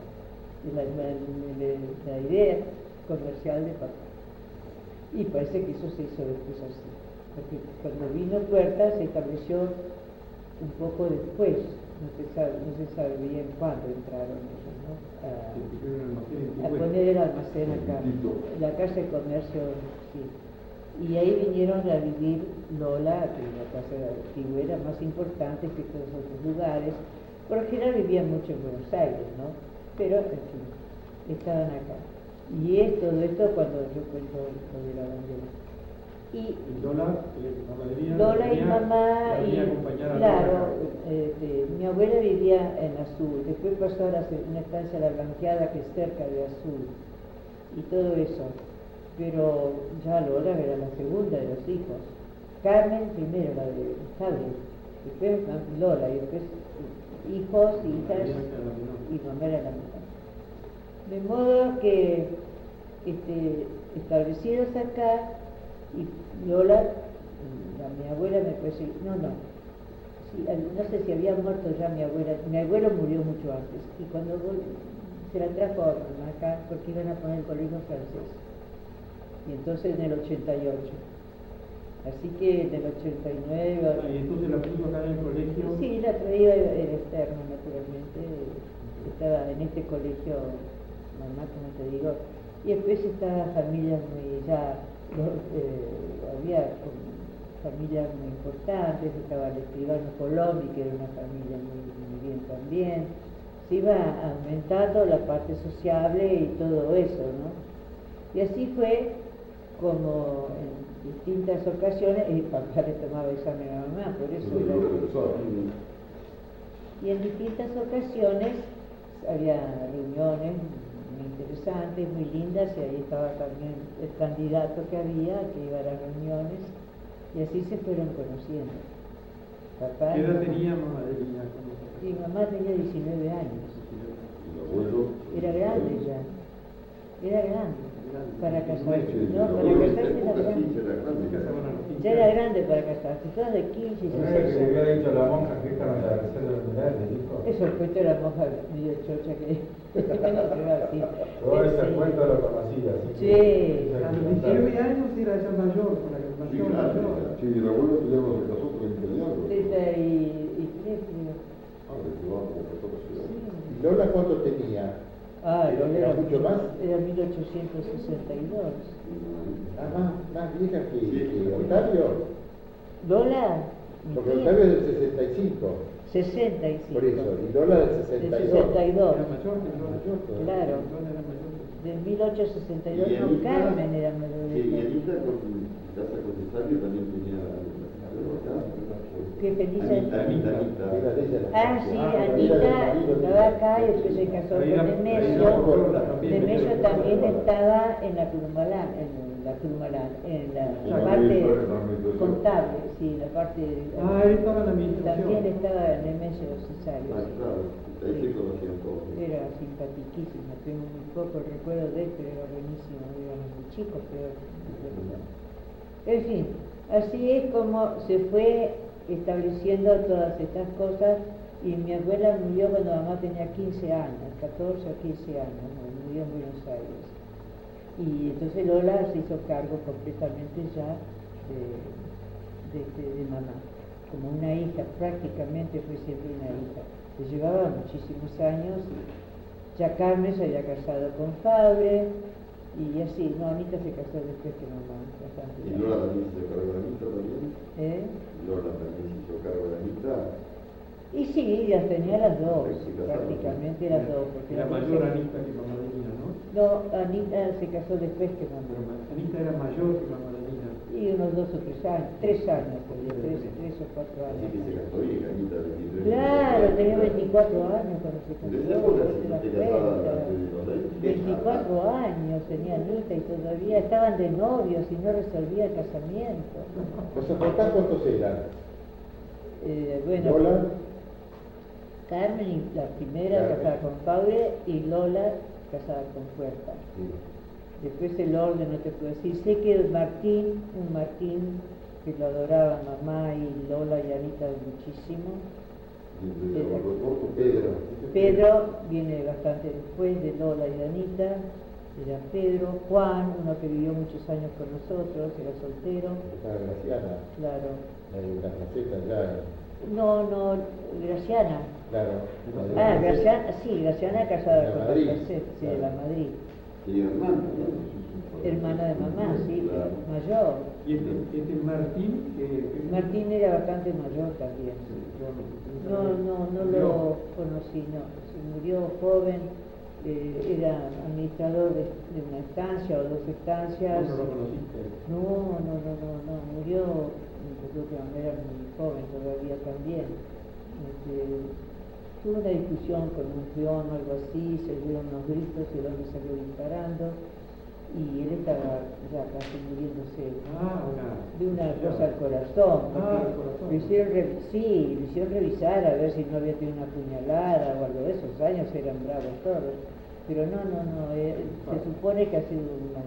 La idea comercial de papá. Y parece que eso se hizo después así, porque cuando vino Puerta se estableció un poco después, no se sabe bien cuándo entraron ellos, ¿no? A poner el almacén acá, la casa de comercio, sí. Y ahí vinieron a vivir Lola, que la casa de Pigüé era más importante que todos los otros lugares. Por lo general vivían mucho en Buenos Aires, ¿no? Pero, en fin, estaban acá. Y todo esto cuando yo cuento lo de la bandera. Y Lola y mamá, claro, mi abuela vivía en Azul, después pasó a una estancia a La Blanqueada, que es cerca de Azul, y todo eso. Pero ya Lola era la segunda de los hijos. Carmen primero, la de Javier, después Lola, y después hijos, hijas, y mamá era la menor. De modo que establecidos acá, y Lola, mi abuela me parece, sí, no sé si había muerto ya mi abuelo murió mucho antes, y cuando se la trajo a mamá acá porque iban a poner el colegio francés, y entonces en el 88. Así que en el 89... Y entonces la puso acá en el colegio. Sí, la traía, era externo naturalmente, estaba en este colegio, mamá, como te digo, y después estaban familias muy, había familias muy importantes, estaba el escribano Colombi, que era una familia muy bien también, se iba aumentando la parte sociable y todo eso, ¿no? Y así fue como en distintas ocasiones, y papá le tomaba examen a mamá, por eso y en distintas ocasiones había reuniones muy interesantes, muy lindas, y ahí estaba también el candidato que había, que iba a las reuniones, y así se fueron conociendo. Papá, ¿Qué edad tenía mamá de niña? Sí, mamá tenía 19 años. El abuelo. Era grande ya. Era grande. Para casarse. No, para abuelo en casarse esta era época sí grande. era grande. Casaban a los 15 Ya era grande para casarse. Todas de 15 y No era que le 16 hubiera años. dicho a la monja que esta no se la receta de mirar, le dijo. Eso fue toda la monja medio chocha que era así. Todo ese cuento lo conocía, así Sí. que... A los 19 años era ya mayor, con la Sí, mayor, claro. mayor. Sí, el abuelo ya no se casó 30 años. 33, creo. Ah, le llevaba como 14 años. ¿Y Lola cuánto tenía? Ah, ¿Era Lola mucho más? Era 1862. Ah, más vieja que Sí. Octavio. Lola, mi Porque tía, Octavio es del 65. 65. Por eso. Y Lola del Del 62. 62. Era mayor que yo. Mayor todavía. Claro. Era mayor. De 1862, Y no, Anita- Carmen era mayor de Sí, y edad. Anita con casa con Cesario también tenía Qué feliz Anita. Era de ella la Ah, sí, canción. Anita estaba acá y después se casó con Nemesio. Nemesio también estaba en la Turmalán, en la parte contable, sí, la parte... Ah, él estaba en la administración. También estaba Nemesio Cesario. Ah, Sí. claro, ahí se conocían todos. Era simpatiquísimo, tengo muy poco recuerdo de él, pero era buenísimo, éramos muy chicos, pero... En fin, así es como se fue estableciendo todas estas cosas, y mi abuela murió cuando mamá tenía 15 años, 14 o 15 años, murió en Buenos Aires. Y entonces Lola se hizo cargo completamente ya de mamá, como una hija, prácticamente fue siempre una hija. Se llevaba muchísimos años, ya Carmen se había casado con Fabre, y así, no, Anita se casó después que mamá, bastante. Y Lola también se hizo cargo de Anita también. ¿Eh? Lola también se hizo cargo de Anita. Y sí, las tenía las dos, Sí, casaron. prácticamente las dos. Porque Era la mayor tercera- Anita que mamá de Nina, ¿no? No, Anita se casó después que Pero mamá. Anita era mayor que mamá de Nina. Y unos 2 o 3 años, 3 años, tres o 4 Así años. que se casó bien, Anita, 23. Claro, tenía 24 años cuando se casó. De esa época se sí das te casaba cuenta. antes de los 24 años tenía Anita y todavía estaban de novios y no resolvía el casamiento. ¿Los soportás cuántos eran? Bueno, Lola. Carmen, la primera Carmen. casada con Fabre, y Lola casada con Puerta. Sí. Después el orden no te puedo decir. Sé que Martín, un Martín que lo adoraba mamá y Lola y Anita muchísimo. Pedro. Pedro viene bastante después de Lola y de Anita. Era Pedro. Juan, uno que vivió muchos años con nosotros, era soltero. Estaba Graciana. Claro. La faceta ya. No, Graciana. Claro. Ah, Graciana, sí, Graciana casada La con Madrid. Baltasar, sí, de la Madrid. Tenía hermana, ¿no? Hermana de mamá, sí, Claro. mayor. Y este Martín, que Martín era bastante mayor también. No lo conocí, no. Se murió joven, era administrador de una estancia o 2 estancias. no lo conociste. No, murió, yo creo que cuando era muy joven todavía también. Tuvo una discusión con un peón o algo así, se dieron unos gritos y el hombre salió disparando, y él estaba ya casi muriéndose de una cosa al corazón. Ah, porque al corazón. Lo hicieron lo hicieron revisar a ver si no había tenido una puñalada o algo de esos años, eran bravos todos. pero no, se supone que ha sido una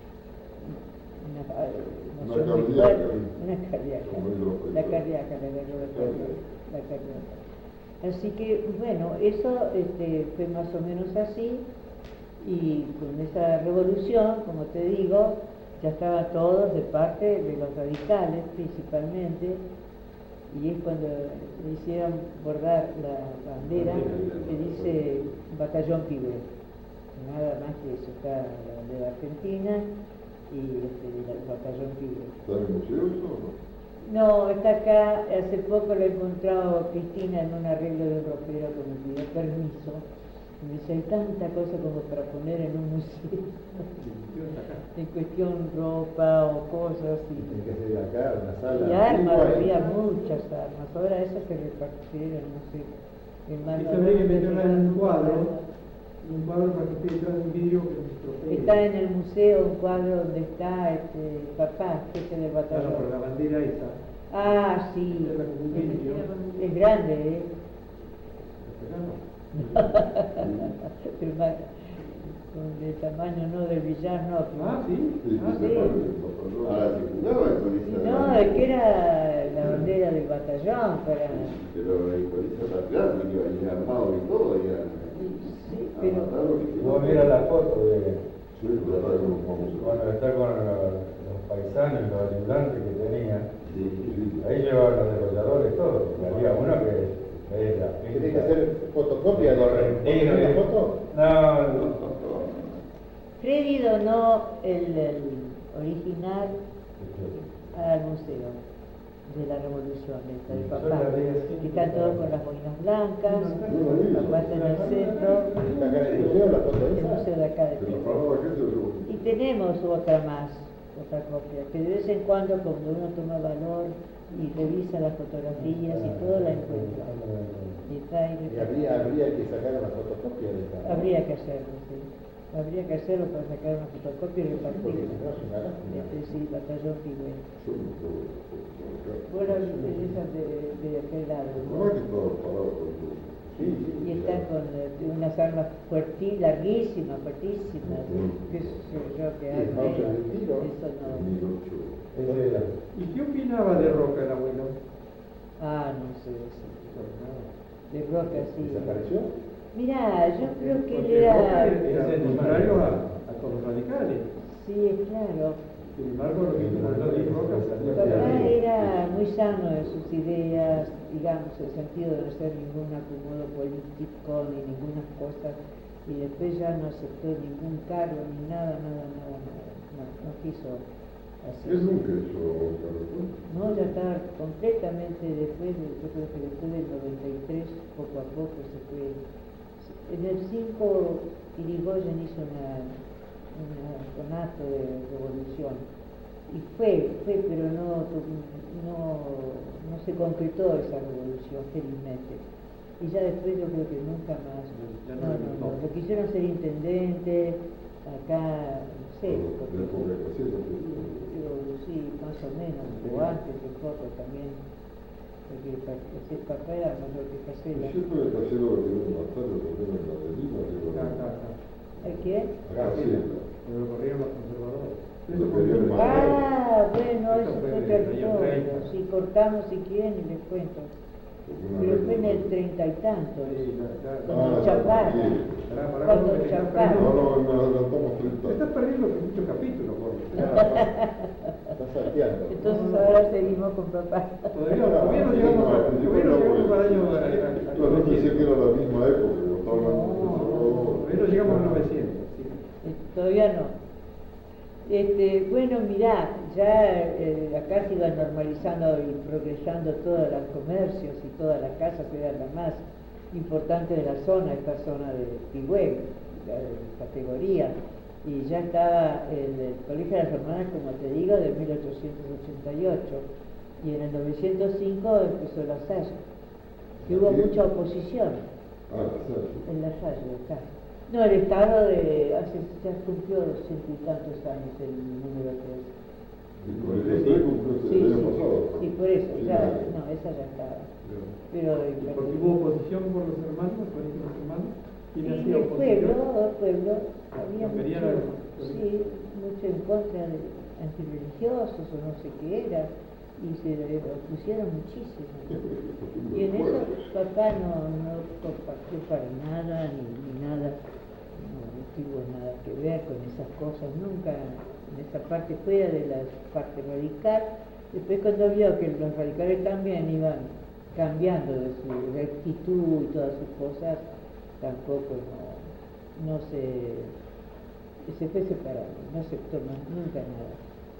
emoción muy cardíaca. fuerte, una cardíaca, Como digo, la cardíaca. Así que, bueno, eso fue más o menos así, y con esa revolución, como te digo, ya estaban todos de parte de los radicales principalmente, y es cuando le hicieron bordar la bandera que dice Batallón Pibe, nada más que eso, está la bandera argentina y el Batallón Pibe. ¿Está en el museo eso o no? No, está acá, hace poco lo he encontrado Cristina en un arreglo de un ropero que me pidió permiso. Me dice, hay tanta cosa como para poner en un museo. En cuestión ropa o cosas. Tiene que ser acá, una sala. Y armas, antigua, había muchas armas. Ahora esas se repartieron, no sé. En Y sabría que meterla en un cuadro para que esté detrás de un vidrio que se estropee. Está en el museo un cuadro donde está papá, jefe del Claro, batallón. por la bandera esa. Ah, sí. Era como un vidrio. Es grande, ¿eh? Pero con el tamaño no del billar, no. Ah, sí. Sí, Ah, que sí. se parece el batallón. Ahora se jugaba con esa. No, es que era la bandera del batallón para... Pero con esa patriarca que iba a ir armado y todo, y Sí, pero... Vos mirá la foto de Sí, pero está como famoso. cuando está con los paisanos y los ayudantes que tenía. Sí, sí. Ahí llevaban los desarrolladores todos, porque había uno que es la Tiene que hacer fotocopia de Correntino. la foto. No, Freddy donó el original al museo de la revolución, del papá, que están todos con las boinas blancas, el papá está en el centro, Está acá en el museo la foto el esa. museo de acá de Pero Pico. para la gente Y tenemos otra más, otra copia, que de vez en cuando uno toma valor y revisa las fotografías y todo la encuentra. Y está ahí Y habría que sacar una fotocopia de esta. Habría que hacerlo, sí. Habría que hacerlo para sacar una fotocopia y Porque repartirla. si no es una lástima. Sí, batallón Pigüey. yo no puedo acá. Bueno, esas de aquel lado, La ¿no? verdad que estaba parado con todo. Sí, sí. Y están con unas armas larguísimas, fuertísimas. ¿Qué sé yo qué Sí, arma Mauser era? del tiro. Eso no. 2008. ese era. ¿Y qué opinaba de Roca el abuelo? Ah, no sé eso. De Roca, sí. ¿Desapareció? Mirá, yo creo que él Porque Roca era... era contrario a todos los radicales. Sí, claro. Sin embargo, lo que mandó de Roca salió Papá adelante. era muy sano en sus ideas, digamos, en el sentido de no hacer ningún acomodo político ni ninguna cosa, y después ya no aceptó ningún cargo ni nada. No quiso hacer. Él nunca hizo carretón. No, ya está completamente después, yo creo que después del 93, poco a poco se fue. En el 5, Irigoyen hizo un conato de revolución. Y fue, pero no se concretó esa revolución, felizmente. Y ya después yo creo que nunca más. No. Lo quisieron ser intendente, acá, no sé. De la época de Casella, Sí, más o menos, o antes un poco también. Porque el papá era mayor que Es Casella. cierto que Casella lo querían matar, lo querían en la de Lima, digo, Acá. ¿El qué? Casella. Pero lo corrieron los conservadores. Lo querían matar. Ah, bueno, Eso eso fue fue en el año territorio. 30. Si cortamos si quieren y les cuento. Pero fue en el 30 y tanto. Cuando Chapar. sí. Cuando Chapar. No, nos adelantamos 30 Te estás años. perdiendo muchos capítulos, Jorge. Está salteando. Entonces ahora seguimos con papá. Todavía no llegamos al año. Yo no pensé que era la misma época, yo estaba hablando de conservador. Todavía no llegamos al 900. Sí. Todavía no. Bueno, mirá, ya acá se iban normalizando y progresando todos los comercios y todas las casas eran las más importantes de la zona, esta zona de Pigüey, la categoría. Y ya estaba el Colegio de las Hermanas, como te digo, de 1888. Y en el 905 empezó la Salle. Y hubo mucha oposición Ah, la Salle. en la Salle, acá. No, el Estado ya cumplió 200 y tantos años el número 3. Y con el Casella cumplió el año pasado. Sí, por eso, Sí, ya, no. no, esa ya estaba. Pero Porque hubo oposición por los hermanos, por los hermanos, y ¿Quién Y hacía el oposición? pueblo, había Los querían mucho, a los- sí, mucho en contra de antirreligiosos o no sé qué era, y se opusieron muchísimo. Y en eso papá no compartió para nada, ni nada, no tuvo nada que ver con esas cosas, nunca en esa parte fuera de la parte radical. Después cuando vio que los radicales también iban cambiando de su rectitud y todas sus cosas, tampoco no se fue separando, no aceptó más, nunca nada.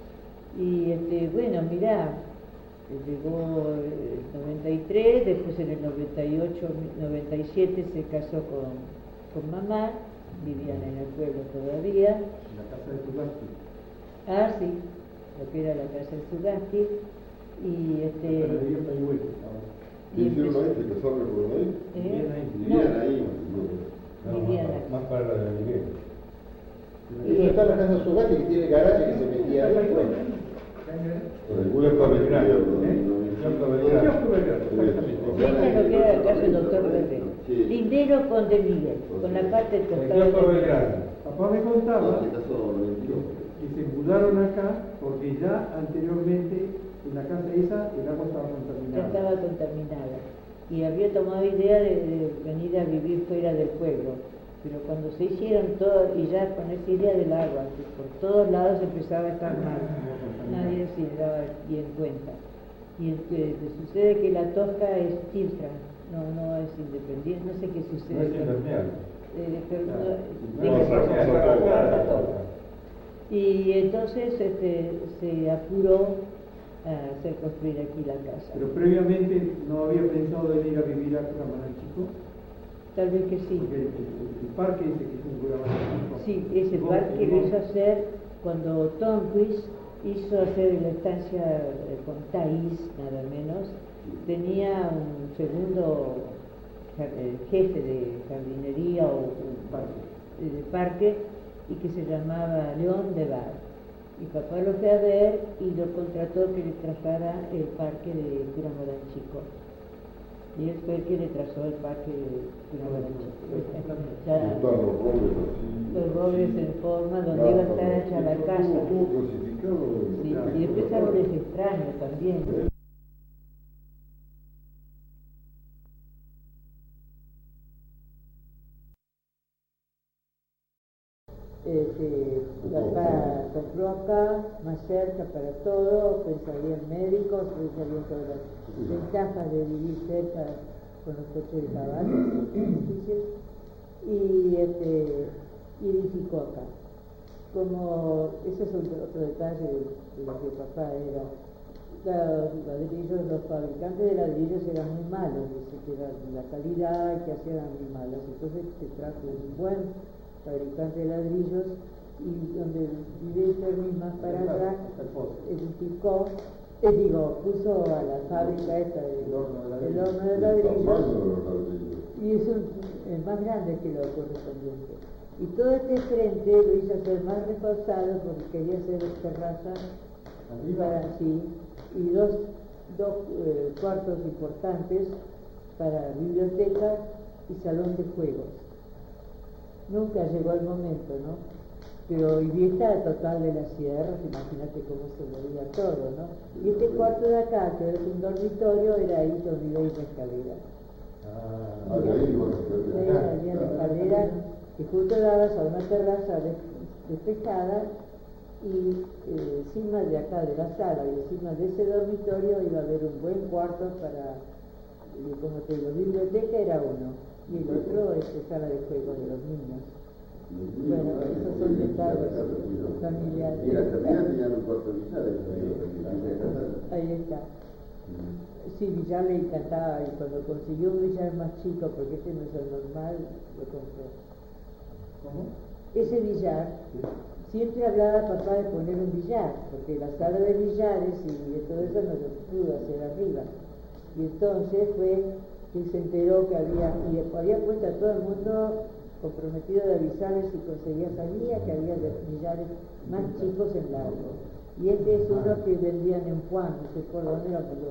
Y bueno, mirá, llegó el 93, después en el 98, 97 se casó con mamá, vivían en el pueblo todavía. En la casa de Tugasti. Ah, sí, lo que era la casa de Sugasti. Y Pero de ellos hay hueco ahora. ¿Qué hicieron ahí? ¿Se casaron con ahí? Vivían ahí. Vivían ahí. Vivían más, aquí. más para la de Miguel. Y donde está la casa de Sugati que tiene garaje que se metía adentro. El huerto americano. El kiosco Belgrano, exactamente. Esta es lo que era la casa del doctor Berrero. Sí. Lindero con de Miguel, con la parte del El costado kiosco de Belgrano. Papá me contaba Se casó en el kiosco. que se mudaron acá porque ya anteriormente en la casa esa el agua estaba ya contaminada. estaba contaminada. Y había tomado idea de venir a vivir fuera del pueblo. Pero cuando se hicieron todo, y ya con esa idea del agua, que por todos lados empezaba a estar mal, nadie se daba bien cuenta. Y sucede que la Tosca es Tiltra, no es independiente, no sé qué No sucede. es impermeable. Pero No, pasa todo. y entonces se apuró a hacer construir aquí la casa. Pero previamente no había pensado de ir a vivir a Curamarán Chico. Tal vez que sí. Porque el parque ese que es un Curamarán Chico. Sí, ese parque lo hizo hacer cuando Tonquist hizo hacer la estancia con Taís, nada menos. Tenía un segundo jefe de jardinería o de parque y que se llamaba León de Bar. Y papá lo fue a ver y lo contrató que le trazara el parque de Curamarán Chico. Y él fue el que le trazó el parque de Curamarán Chico. Ya, Están los robles así. los robles en forma donde iba a estar hecha la casa. Todo clasificado. Sí, y después árboles extraños también. Papá compró acá, más cerca para todo, pensaría en médicos, pensaría en todas las ventajas de vivir cerca con los coches de caballo, y edificó acá. Como, ese es otro detalle de lo que papá era. Los ladrillos, los fabricantes de ladrillos eran muy malos, dice que era la calidad y que hacían muy malas. Entonces se trajo un buen fabricante de ladrillos y donde vive Fermi más para allá, edificó, puso a la fábrica esta del horno de ladrillos, y es el más grande que lo correspondiente. Y todo este frente lo hizo hacer más reforzado porque quería hacer terraza para sí, y dos cuartos importantes para biblioteca y salón de juegos. Nunca llegó el momento, ¿no? Pero y vista total de las sierras, imagínate cómo se veía todo, ¿no? Y este cuarto de acá, que es un dormitorio, era ahí donde iba la escalera. Había la escalera que justo dabas a una terraza despejada y encima de acá de la sala y encima de ese dormitorio iba a haber un buen cuarto para, como te digo, biblioteca era uno y el otro es sala de juegos de los niños. Bueno, esos son detalles familiares. Y la salida tenían un cuarto de billar. Ahí está. Sí, billar le encantaba y cuando consiguió un billar más chico, porque este no es el normal, lo compró. ¿Cómo? Ese billar, siempre hablaba papá de poner un billar, porque la sala de billares y de todo eso no se pudo hacer arriba. Y entonces fue que se enteró que había puesto a todo el mundo comprometido de avisarles si conseguía, sabía que había billares más chicos en Largo. Y este es uno que vendían en Juan, no sé por dónde lo compró.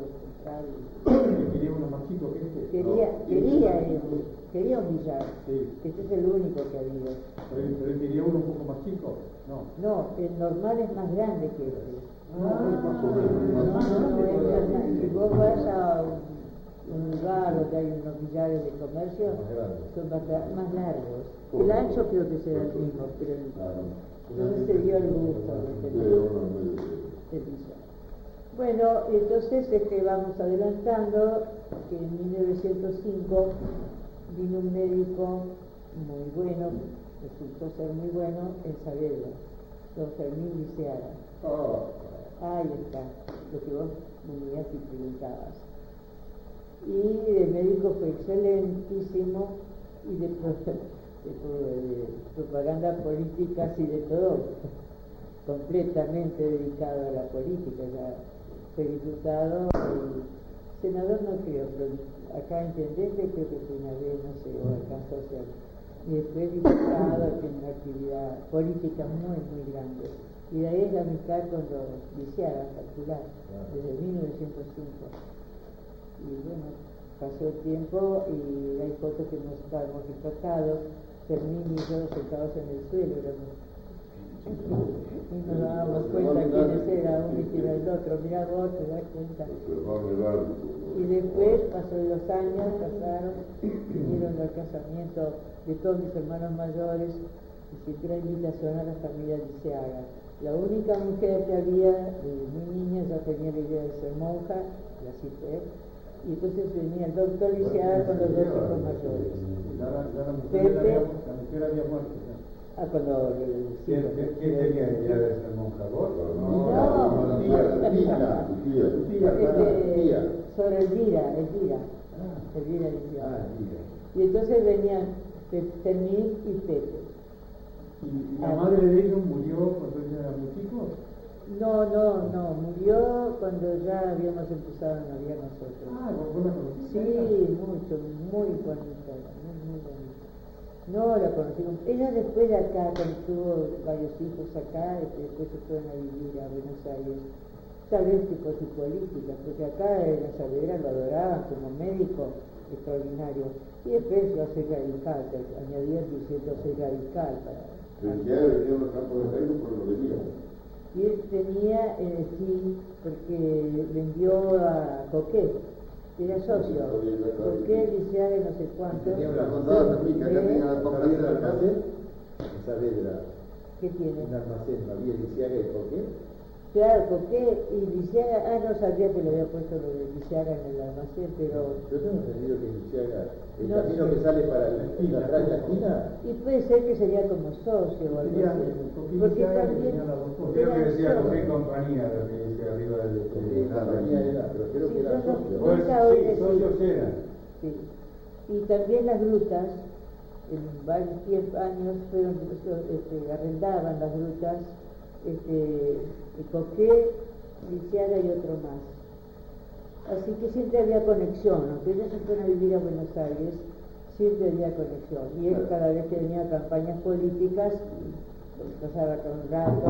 trabajar. Quería uno más chico que este. Quería un billar. Sí. Este es el único que ha habido. Pero él quería uno un poco más chico. No, el normal es más grande que este. Más o menos. No, es más grande. Si vos vas a un lugar donde hay unos billares de comercio, son más largos. El ancho creo que será el mismo, pero no se dio el gusto de tener billar. Bueno, entonces vamos adelantando que en 1905 vino un médico muy bueno, resultó ser muy bueno en Saavedra, don Fermín Lisiaga. Ahí está, lo que vos venías y preguntabas. Y el médico fue excelentísimo y de propaganda política y de todo, completamente dedicado a la política. Ya fue diputado y senador no creo, pero acá intendente creo que fue una vez, no sé, o alcanzó a ser. Y después diputado, tiene una actividad política muy, muy grande. Y de ahí es la amistad con los Lisiaga, calcular, desde 1905. Y bueno, pasó el tiempo y hay fotos que no estábamos retratados, Fermín y yo sentados en el suelo, y nos dábamos cuenta quiénes eran, uno y quién era el otro, mirá vos, te das cuenta. Y después pasó los años, pasaron, vinieron al casamiento de todos mis hermanos mayores, y siempre hay invitación a la familia Lisiaga. La única mujer que había, muy niña, ya tenía la idea de ser monja, y así fue. Y entonces venía el doctor Lisiaga con los dos hijos mayores. La mujer había muerto. Cuando ¿Quién tenía idea de ser monja? ¿Vos? No, tía. sobre Elvira Lisiaga. Y entonces venían Fermín y Pepe. ¿Y la madre de ellos murió cuando ella era muy chico? No, murió cuando ya habíamos empezado a noviar nosotros. ¿Vos la conociste? Sí, mucho, muy bonita, muy bonita. No, la conocí. Ella después de acá, cuando tuvo varios hijos acá, después se fueron a vivir a Buenos Aires. Tal vez por su política, porque acá en la Saavedra lo adoraban como médico extraordinario. Y después yo soy radical, añadía diciendo soy radical para... Pero ya venía a los campos de Jairo, pero lo venía. Y él tenía, sí, porque vendió a Coquet, era socio. Coquet, Lisiaga y no sé cuánto. Tenía una contada también, que acá tenía la compañía de almacén, en Saavedra. ¿Qué tiene? Un almacén, había Lisiaga y Coquet. Claro, Coquet y Lisiaga, no sabía que le había puesto lo de Lisiaga en el almacén, pero... Yo tengo entendido que Lisiaga, el No camino sé. que sale para atrás de la esquina, Y puede ser que sería como socio o algo así. Porque también... Creo que decía Coquet compañía, lo que dice arriba del... la compañía era, pero creo que era socio. Sí, socios eran. Sí. Y también las grutas, en varios años fueron, arrendaban las grutas, Coquet, Lisiaga y otro más. Así que siempre había conexión, aunque ellos se fueron a vivir a Buenos Aires, siempre había conexión. Y él cada vez que venía a campañas políticas, pasaba con un rato,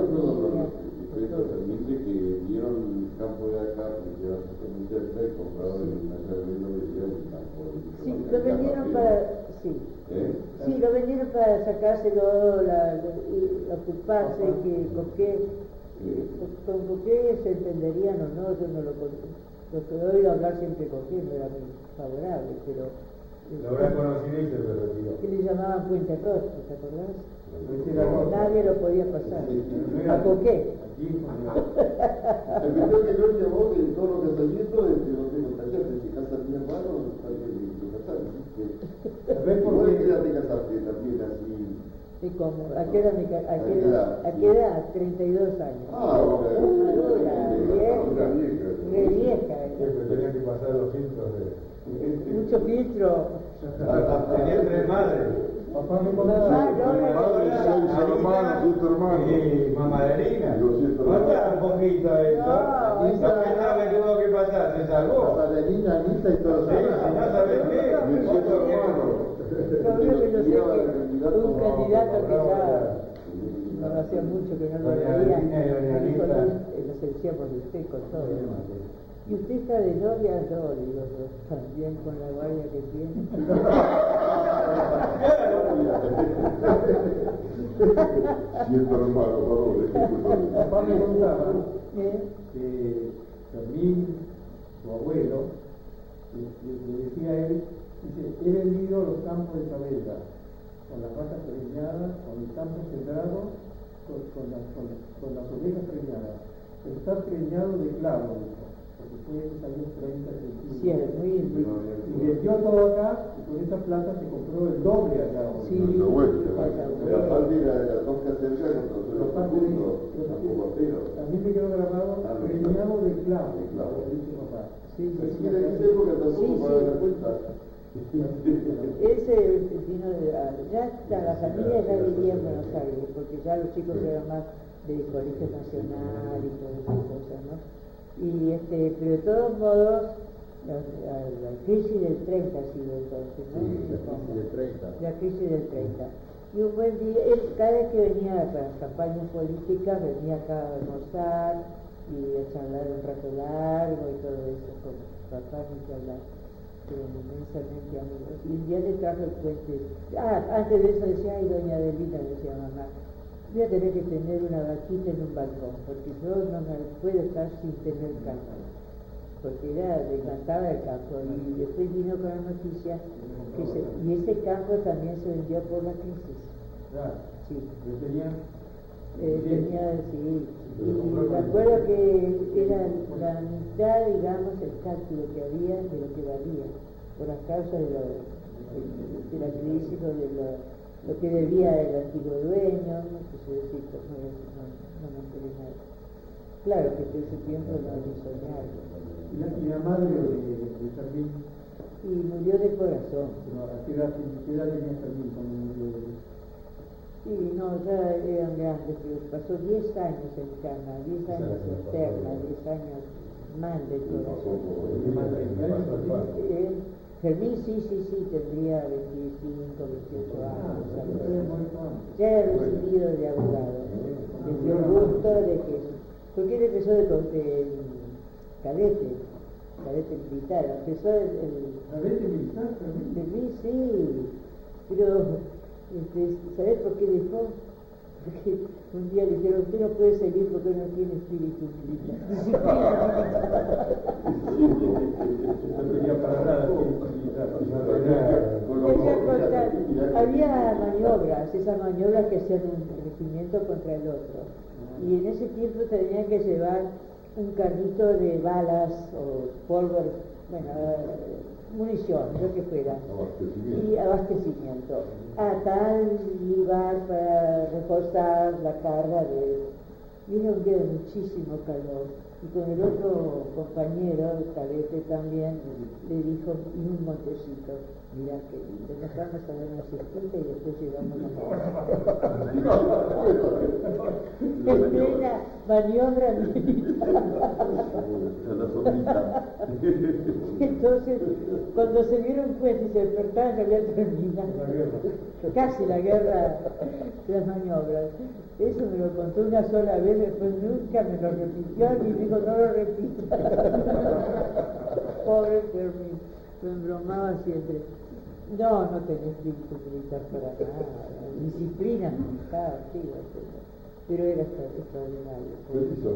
Permite que vieron el campo de acá, porque ya se muy cerca y compraron una terreno que era el campo. Sí, lo vendieron para... Sí. Sí, lo vendieron para sacárselo y ocuparse, que con Coquet se entenderían o no, yo no lo que he oído hablar siempre con Coquet no era muy favorable, pero... Lo habrá conocido y se lo retiró. Que le llamaban Puente Rojo, ¿te acordás? Nadie lo podía pasar. A Coquet. El video que yo llamó de todos los casamientos, no tengo taller, si casa mi hermano, también lo casaron. ¿Sabés por ¿Por qué? qué te casaste también así? ¿Y cómo? ¿A qué edad? 32 años. Re vieja. Siempre tenía que pasar los filtros de... Mucho filtro. Tenía 3 madres. Papá me Mamá, Y mamaderina. Falta un poquito esto. No, La primera que tuvo que pasar, se salvó. Pasadena, Anita y todo Sí, si no sabes qué, otro Lo único que yo sé que un candidato que ya no hacía mucho que no lo Doña veía, Delfina y Doña me dijo, Anita. nos decíamos de usted con todo. ¿Y usted está de novia? No, le digo yo, también con la guardia que tiene. Siento hermano, por Papá me contaba ¿Eh? que Fermín, su abuelo, le decía a él, dice, he vendido los campos de Saavedra, con las vacas preñadas, con el campo sembrado, con las ovejas preñadas. Pero está preñado de clavo, dijo, porque fue en los años 30, Sí, es muy... y vendió todo acá, y con esa plata se compró el doble allá. Sí. la vuelta. La parte de la tonca cerca con los facundo, tampoco apero. A mí me quedó grabado preñado de clavo, De clavo. dice papá. Sí, sí, Así sí. que en esa época tampoco Sí, pagaban sí. la cuenta. Ese vino de la familia ya vivía en Buenos Aires, porque ya los chicos eran más del Colegio Nacional y todas esas cosas, ¿no? Y pero de todos modos, la crisis del 30 ha sido entonces, ¿no? Sí, la crisis del 30. La crisis del 30. Y un buen día, él cada vez que venía para campañas políticas, venía acá a almorzar y a charlar un rato largo y todo eso, con papá ni que hablar. Inmensamente amigos. Y un día le trajo el puente. Antes de eso decía, ay, doña Adelina, decía mamá, voy a tener que tener una vaquita en un balcón, porque yo no me puedo estar sin tener campo. Porque le encantaba el campo. Y después vino con la noticia y ese campo también se vendió por la crisis. Claro, Sí. tenía Sí. Y me acuerdo que era la mitad, digamos, el cálculo que había de lo que valía, por las causas de la crisis o de lo que debía el antiguo dueño, que se decía, no me enteré nada. Claro que todo ese tiempo no ni soñar. y la madre de Fermín, Y murió de corazón. pero ¿a qué edad tenía Fermín cuando murió? Sí, no, ya eran grandes, pero pasó 10 años en cama, 10 años interna, 10 años mal del corazón. Fermín sí, tendría 25, 28 años. Ya era recibido de abogado. Le dio gusto de que... Porque él empezó de cadete militar, empezó ¿Cadete militar, Fermín? Fermín, sí, pero... ¿sabés por qué dejó? Porque un día le dijeron, usted no puede seguir porque no tiene espíritu militar. No tenía para nada Había maniobras, esas maniobras que hacían un regimiento contra el otro. Y en ese tiempo tenían que llevar un carrito de balas o pólvora, munición, lo que fuera, y abastecimiento a tal lugar para reforzar la carga y era un día de muchísimo calor y con el otro compañero, el cadete también, le dijo, y un montecito, mirá qué lindo, nos vamos a dar una siestita y después llegamos a en plena maniobra militar. Entonces, cuando se dieron cuenta y se despertaron, ya había terminado casi la guerra de las maniobras. Eso me lo contó una sola vez, después nunca me lo repitió y me dijo, no lo repita. Pobre Fermín, me embromaba siempre. No tenía espíritu militar para nada, disciplina militar, sí, pero era extraordinario. Felisa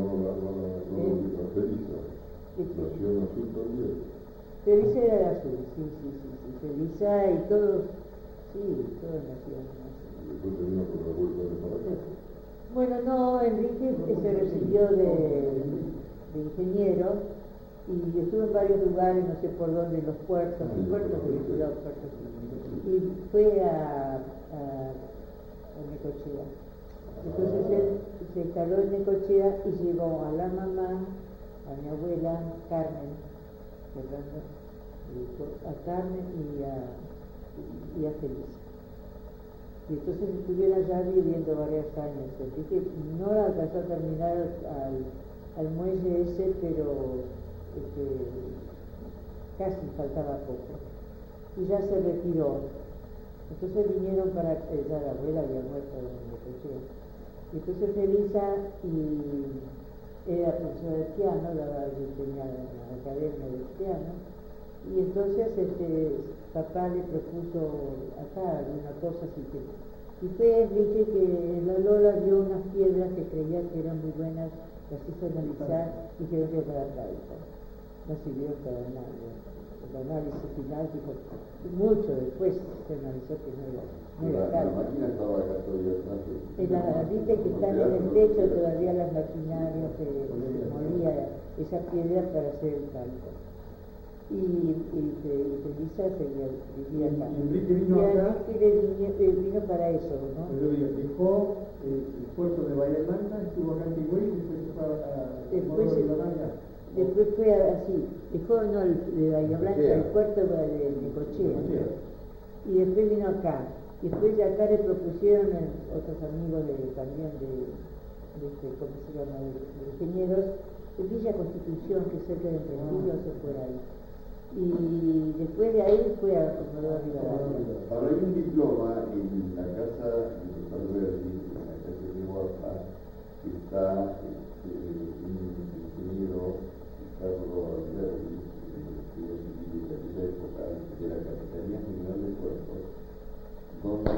nació en azul también. Felisa era de azul, sí. Felisa y todo, todo nació en azul. Después terminó con la vuelta de para acá. Bueno, no, Enrique se recibió de ingeniero y estuvo en varios lugares, no sé por dónde, en los puertos, y fue a Necochea. Entonces él se instaló en Necochea y llevó a la mamá, a mi abuela Carmen, a Carmen y a Felisa. Y entonces estuvieron allá viviendo varios años. Así que no la alcanzó a terminar al muelle ese, pero casi faltaba poco. Y ya se retiró. Entonces vinieron para... ya la abuela había muerto en Necochea. Y entonces Felisa y era profesora de piano, tenía la academia de piano, y entonces papá le propuso acá alguna cosa así que... Y fue Enrique que la Lola dio unas piedras que creía que eran muy buenas, las hizo analizar y dijeron que para calco. No sirvió para nada. El análisis final dijo, mucho después se analizó que no era La calco. máquina estaba acá todavía. Viste que están en el techo todavía las maquinarias que se molía esa piedra para hacer el calco. Y Felisa vivía acá. Y Enrique vino acá. Enrique vino para eso, ¿no? Pero dejó el puerto de Bahía Blanca, estuvo acá en Tigüey y después se fue a Rivadavia. Después fue así, dejó no, el de Bahía Blanca, el puerto de Necochea. Y después vino acá. Y después de acá le propusieron otros amigos también de ¿cómo se llama? De ingenieros, de Villa Constitución, que es cerca de Entre Ríos, o por ahí. Y después de ahí fue a Comodoro Rivadavia. Ahora hay un diploma en la casa de Alberti, en la casa de Guapa, que está un ingeniero, Carlos Alberti, que de aquella época de la Capitanía General de Puertos, donde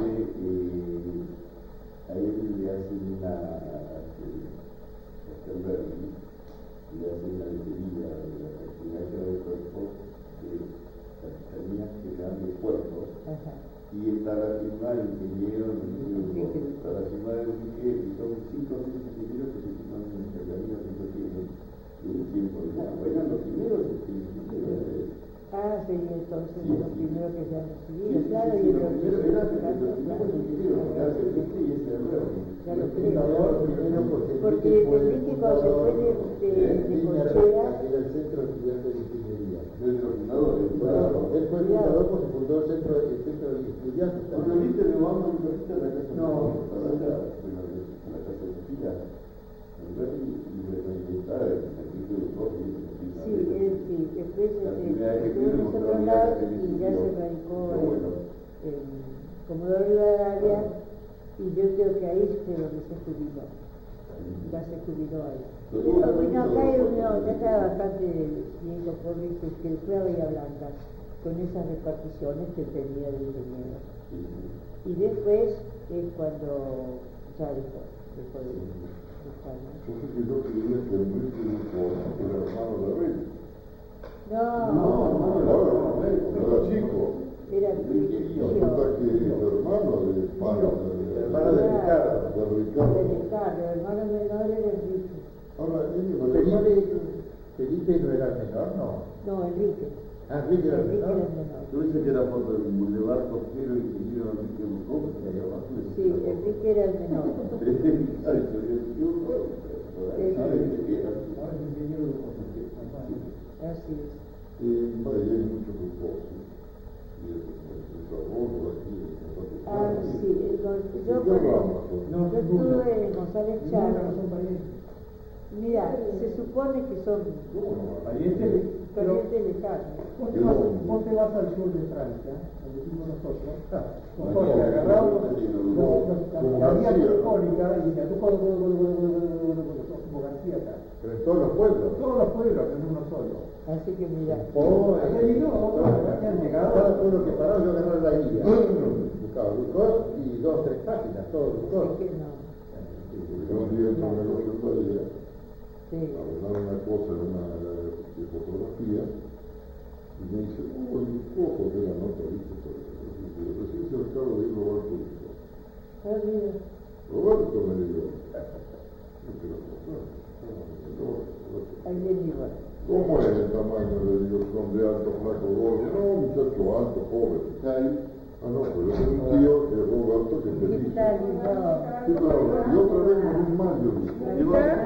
a él le hacen una, Alberti, le hacen una lechería de la Capitanía General de Puertos, Capitanía General de Puertos, y está la firma del ingeniero, está la firma del ingeniero, y son 5 o 6 ingenieros que se firman en el camino que no tienen el tiempo de agua. Eran los primeros ingenieros. Ah, sí, entonces Sí, los sí. primeros que se han recibido, Sí, claro, sí, y los los primeros eran los claro, primeros ingenieros, que hace el y ese Alberti. Ya lo creo. Fundador primero Porque Enrique cuando se fue de Necochea, era el Centro de Estudiantes de Ingeniería. Desde los fundadores. Claro, él fue el fundador porque fundó el Centro de Estudiantes ¿No también. viste? Le vamos a un a la casa No. para allá, bueno, a la casa de Sofía. Alberti, y está el artículo de Sofía. sí, después La primera vez que estuvo en vimos ese otro la lado unidad y ya se de radicó Pero bueno. en Comodoro Rivadavia, y yo creo que ahí fue donde se jubiló. Ya se jubiló ahí. Vino acá y ya estaba bastante viejo, pobre, que fue a Bahía Blanca con esas reparticiones que tenía de ingeniero. Y después es cuando ya dejó de estar, ¿no? Yo sé que yo creía que Enrique era hermano de Abel. No, Era chico. era Resulta que es hermano de Hermano de Ricardo. De de Ricardo. Ricardo, el hermano menor era Enrique. Ahora, Felipe no era el menor, ¿no? No, Enrique. Ah, Enrique era el Enrique era menor. el menor. Tú dices que era por el Boulevard Costero y ingeniero Enrique Bucón, que allá abajo. Sí, Enrique era el menor. Ay, soy el tío, ¿sabes de qué era? Ahora es ingeniero de construcción. Así es. Por ahí hay muchos grupos, ¿sí? Y el trabajo aquí, Ah, sí, yo No, estuve en González No Chávez. son parientes. Mira, se supone que son Parientes, pero parientes lejanos. vos te vas al sur de Francia, donde fuimos nosotros, nosotros agarramos la vía telefónica y decía, tú como García acá. Pero en todos los pueblos. Todos los pueblos, en uno solo. Así que mira. Ahí no, han llegado. Cada pueblo que paraba yo agarraba la guía. Buscaba Lucos y 2 o 3 páginas, todo Lucos. Así que no. Porque un día entró un negocio en Bahía, Sí. a arreglar una cosa de fotografía, y me dice, el cojo de la nota, ¿viste? Recién se acaba de ir Roberto. Ah, mira. Roberto me dijo, Alguien igual. ¿cómo es el tamaño? Le digo, son de alto, flaco, gordo. No, muchacho alto, joven. Ah, no, pero yo tengo un tío que es Roberto, que es ¿Qué feliz. tal? No. Sí, claro, y otra vez con un mayo, dice.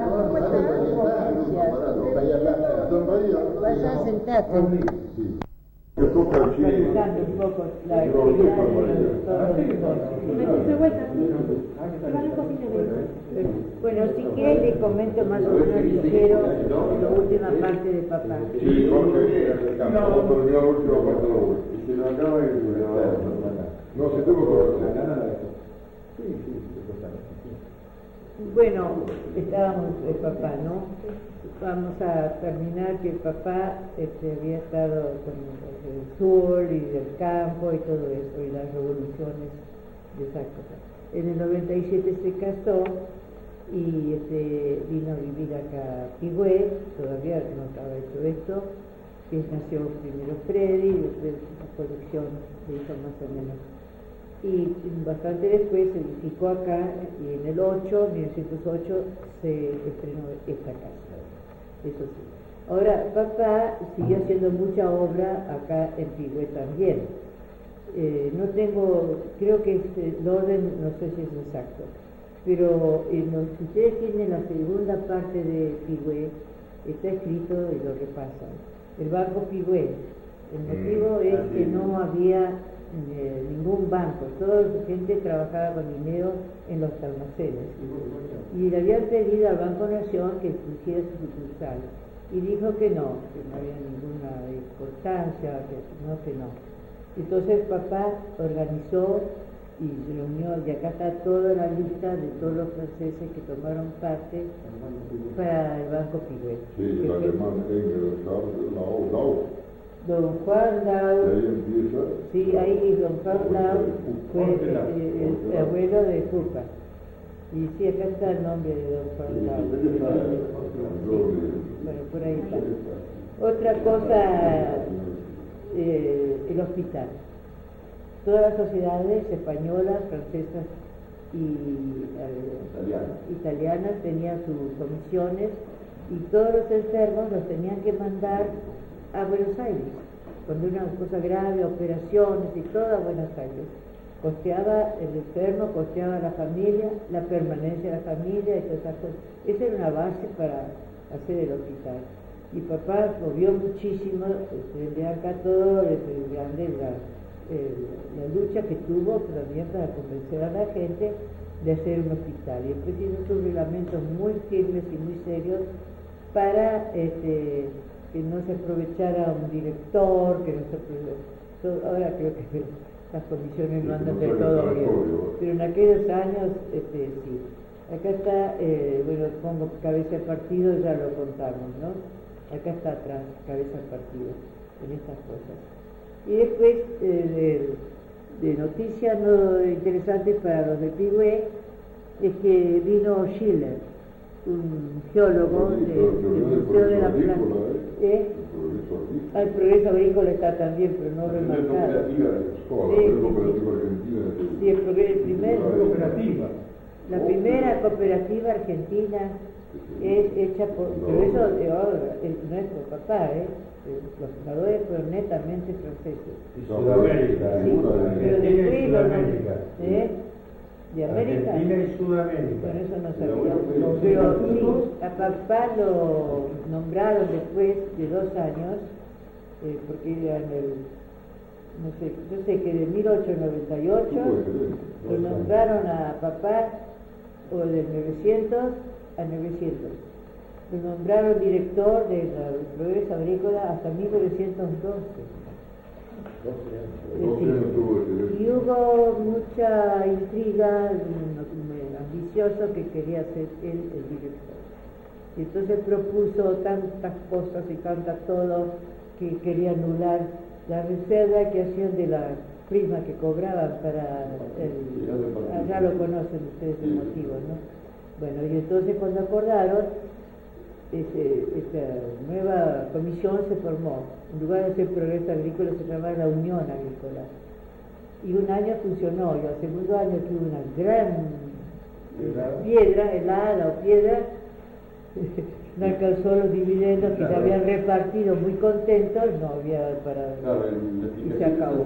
¿Está en Bahía? Vas a sentarte. Sí. Que toca el chile. Analizando un poco la Pero ¿qué actividad pasa de allá? todos Me puse vuelta. Que van a cocinar ahí. Bueno, si quieres le comento más o menos ligero la última parte de papá. Sí, Jorge, vamos a terminar la última parte de la web. Se lo acaba de No, si tengo que hacer. Sí, sí, Bueno, estábamos el papá, ¿no? Vamos a terminar que el papá había estado con el sur y del campo y todo eso, y las revoluciones de esa cosa. En el 97 se casó y vino a vivir acá a Pigüé, todavía no estaba hecho esto, que nació primero Freddy y después la producción de hizo más o menos. Y bastante después se edificó acá y en el 1908 se estrenó esta casa, eso sí. Ahora, papá siguió haciendo mucha obra acá en Pigüé también. No tengo, creo que el orden no sé si es exacto, pero si ustedes tienen la segunda parte de Pigüé, está escrito y lo repasan. El Banco Pigüé, el motivo es que no había ningún banco, toda la gente trabajaba con dinero en los almacenes y le habían pedido al Banco Nación que pusiera su sucursal y dijo que no había ninguna importancia, que no. Entonces papá organizó y reunió, y acá está toda la lista de todos los franceses que tomaron parte para el Banco Pigüé. Sí, el alemán Engel, Don Juan Lau, ahí empieza. sí, ahí Don Juan Lau fue el abuelo de Fuca. Y sí, acá está el nombre de Don Juan Lau. Bueno, por ahí está. Otra cosa, el hospital. Todas las sociedades españolas, francesas y italianas tenían sus comisiones y todos los enfermos los tenían que mandar a Buenos Aires. Cuando una cosa grave, operaciones y todo a Buenos Aires. Costeaba el enfermo, costeaba la familia, la permanencia de la familia y todas esas cosas. Esa era una base para hacer el hospital. Y papá movió muchísimo, de acá todo, grande la lucha que tuvo también para convencer a la gente de hacer un hospital. Y después hizo sus reglamentos muy firmes y muy serios para que no se aprovechara un director, que no se aprovechara. Ahora creo que las comisiones no andan del todo bien, pero en aquellos años sí. Acá está, bueno, pongo cabeza de partido, ya lo contamos, ¿no? Acá está atrás, cabeza de partido, en estas cosas. Y después, de noticias no interesantes para los de Pigüé, es que vino Schiller, un geólogo del Museo de la Plata. El progreso agrícola está también, pero no remarcado. La primera cooperativa argentina es hecha por Progreso de Obra, no es por papá, los fundadores fueron netamente franceses. Y Sudamérica, sí, pero después Sudamérica. ¿De América? Argentina y Sudamérica. Bueno, eso no sabía. Pero sí, a papá lo nombraron después de 2 años, porque era en el, no sé, yo sé que de 1898 lo nombraron a papá, o del 900 a 900. Lo nombraron director de la Progreso Agrícola hasta 1912. Y hubo mucha intriga, ambicioso que quería ser él el director. Y entonces propuso tantas cosas y tantas todo que quería anular la reserva que hacían de la prima que cobraban para ya lo conocen ustedes el motivo, ¿no? Bueno, y entonces cuando acordaron, esta nueva comisión se formó. En lugar de ser Progreso Agrícola se llamaba la Unión Agrícola. Y un año funcionó, y al segundo año que hubo una gran piedra, helada o piedra, no alcanzó los dividendos que se habían repartido muy contentos, no había para... y se acabó.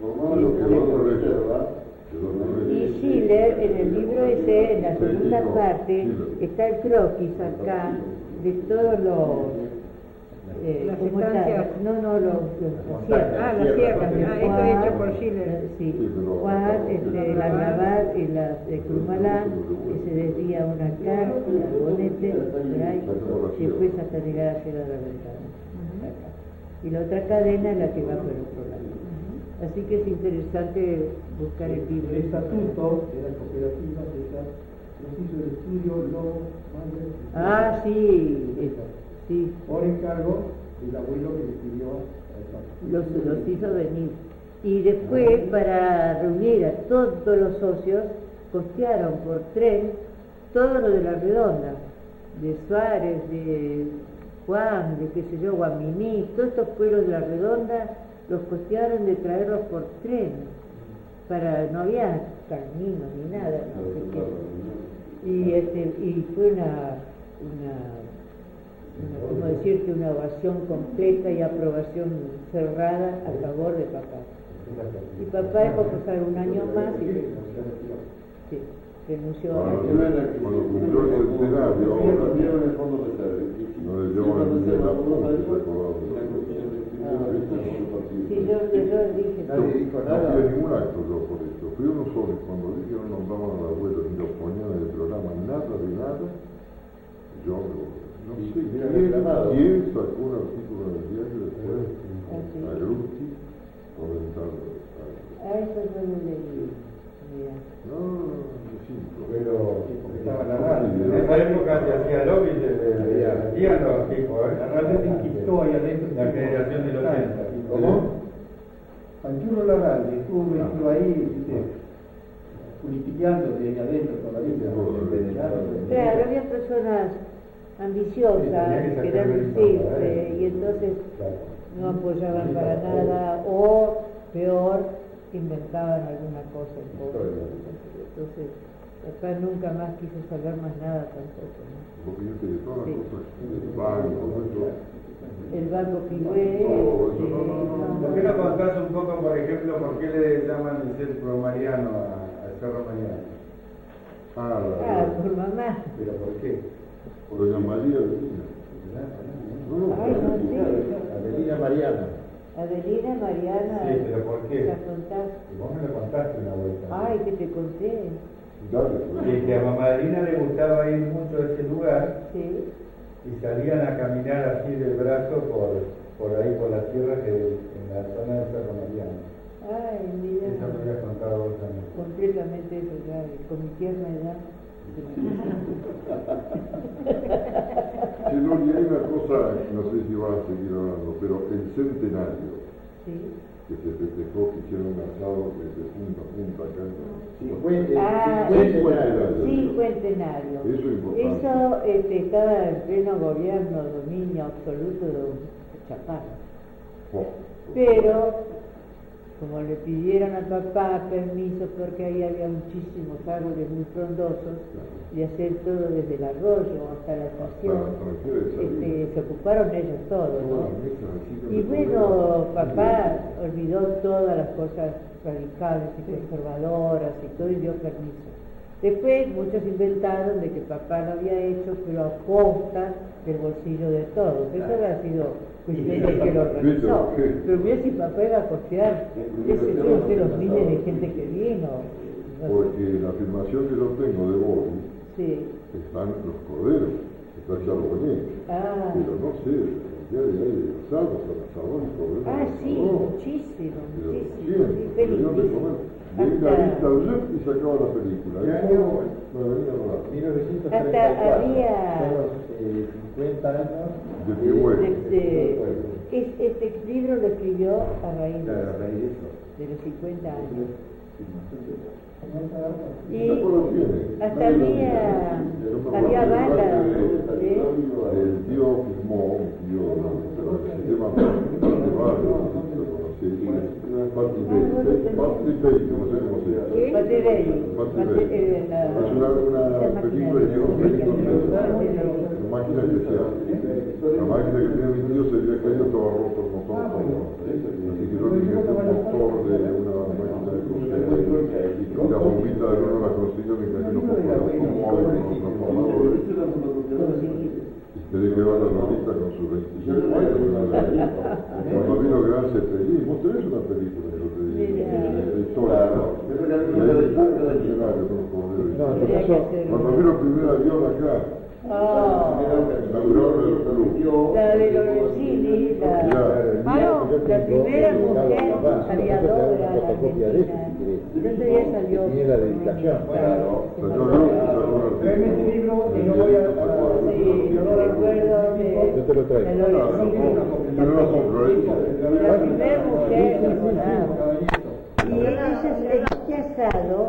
Y Schiller, en el libro ese, en la segunda parte, está el croquis acá de todos los... Las ¿cómo estancias. está? No, las sierras. Las sierras, esto es hecho por Schiller. Sí, Juan, el arrabal y la Crumalá, que se desvía una acá, la Bonete, por ahí, y después hasta llegar a Ciudad de la Ventana. Acá. Y la otra cadena es la que va por el otro lado. Así que es interesante buscar el libro. El estatuto de la cooperativa los hizo el estudio Lobo Madre. Ah, sí, sí. Por encargo del abuelo que le escribió Los hizo venir. Y después, para reunir a todos los socios, costearon por tren todo lo de la Redonda, de Suárez, de Juan, de qué sé yo, Guaminí, todos estos pueblos de la Redonda los costearon de traerlos por tren, no había caminos ni nada, no sé qué. Y fue ¿cómo decirte? Una ovación completa y aprobación cerrada a favor de papá. Y papá dejó pasar un año más y renunció a la Cuando cumplió el centenario, no le llevó a la niña de la punta, se acordaba. Sí, yo dije. No fui a ningún acto yo por eso. Fui uno solo. Cuando vi que no nombraban al abuelo ni lo ponían en el programa, nada de nada, yo no sé quién sacó un artículo en el diario después a Grutti comentando. Eso yo no leí. Mira. No, Pero estaba la radio. En esa época se hacía lobby, se metían los tipos, La radio se inquistó ahí adentro. La generación del 80. ¿Cómo? Panchurro Larralde estuvo metido ahí, ¿viste? Politiqueando desde adentro todavía. Claro, había personas ambiciosas, querían lucirse, y entonces no apoyaban para nada, o peor, inventaban alguna cosa en público. Entonces, papá nunca más quiso saber más nada tampoco, ¿no? porque yo te de todas las cosas, el banco, El Banco Pilué. ¿Por qué no contás un poco, por ejemplo, por qué le llaman el Centro Mariano al Cerro Mariano? Por mamá. ¿Pero por qué? por doña María Adelina. Ay, no sé. Adelina Mariana. Adelina Mariana. Sí, pero ¿por qué? ¿La contás? Y vos me lo contaste una vuelta. Ay, que te conté. Dale, Y que a mamá Adelina le gustaba ir mucho a ese lugar Sí. y salían a caminar así del brazo por ahí, por la tierra, que en la zona del Cerro Mariano. Ay, mira. Eso me habías contado vos también. Completamente eso, ya, con mi tierna edad. Si no, y hay una cosa, no sé si van a seguir hablando, pero el centenario Sí. que se festejó, que hicieron un asado desde punta a punta acá. Cincuentenario. Eso es importante. Eso estaba en pleno gobierno, dominio absoluto de don Chaparro. Pero, como le pidieron a papá permiso porque ahí había muchísimos árboles muy frondosos, y hacer todo desde el arroyo hasta la estación, se ocuparon ellos todos, ¿no? Y bueno, papá olvidó todas las cosas radicales y conservadoras y todo y dio permiso. Después muchos inventaron de que papá lo había hecho, pero a costa del bolsillo de todos. Eso había sido cuestión de que lo organizó. Pero mira si papá iba a costear, ese de los miles de gente que vino. Porque la afirmación que yo tengo de vos, Sí. están los corderos, está Charbonnet, pero no sé, el día de hoy de asados, asadores, corderos. Sí, muchísimo, Pero muchísimo. siempre, Sí, venían de comer. Veía la vista al jet y sacaba la película. ¿Qué Ahí año? no venía a hablar. 1934. Hasta había- Son los 50 años De Pihuel. Este libro lo escribió a raíz Claro, a raíz de eso. de los 50 años. ¿Te Y acuerdas quién es? hasta había balas, ¿sí? El tío firmó, un tío, pero se llama Patti Barrio, no sé si lo conocí. Patti Bay, no sé cómo se llama. ¿Qué? Patti Bay. Patti Bay. Es una película que llegó una máquina especial. La máquina que tenía mi tío se había caído, estaba roto el motor. Así que yo tenía que hacer un motor de una máquina de crucero. Y la bombita de uno la consiguió mientras que no compraba un móvil con un transformador. Y tenía que llevar la rolita con su 25 años. Cuando vino Gran Cepelí, vos tenés una película que yo te dije, de historia, ¿no? Y ahí está el escenario con los corderos. Cuando vino el primer avión acá, inaugurado en el Perú. La de Lorenzini, la primera mujer aviadora argentina. El otro día salió. Tiene la dedicación. Salió Luz, salió tráeme ese libro y yo voy a... Sí, yo recuerdo de... Yo te lo traigo. de Lorencito. Yo no lo compro, ¿eh? La primera mujer limonada. Y ese asado.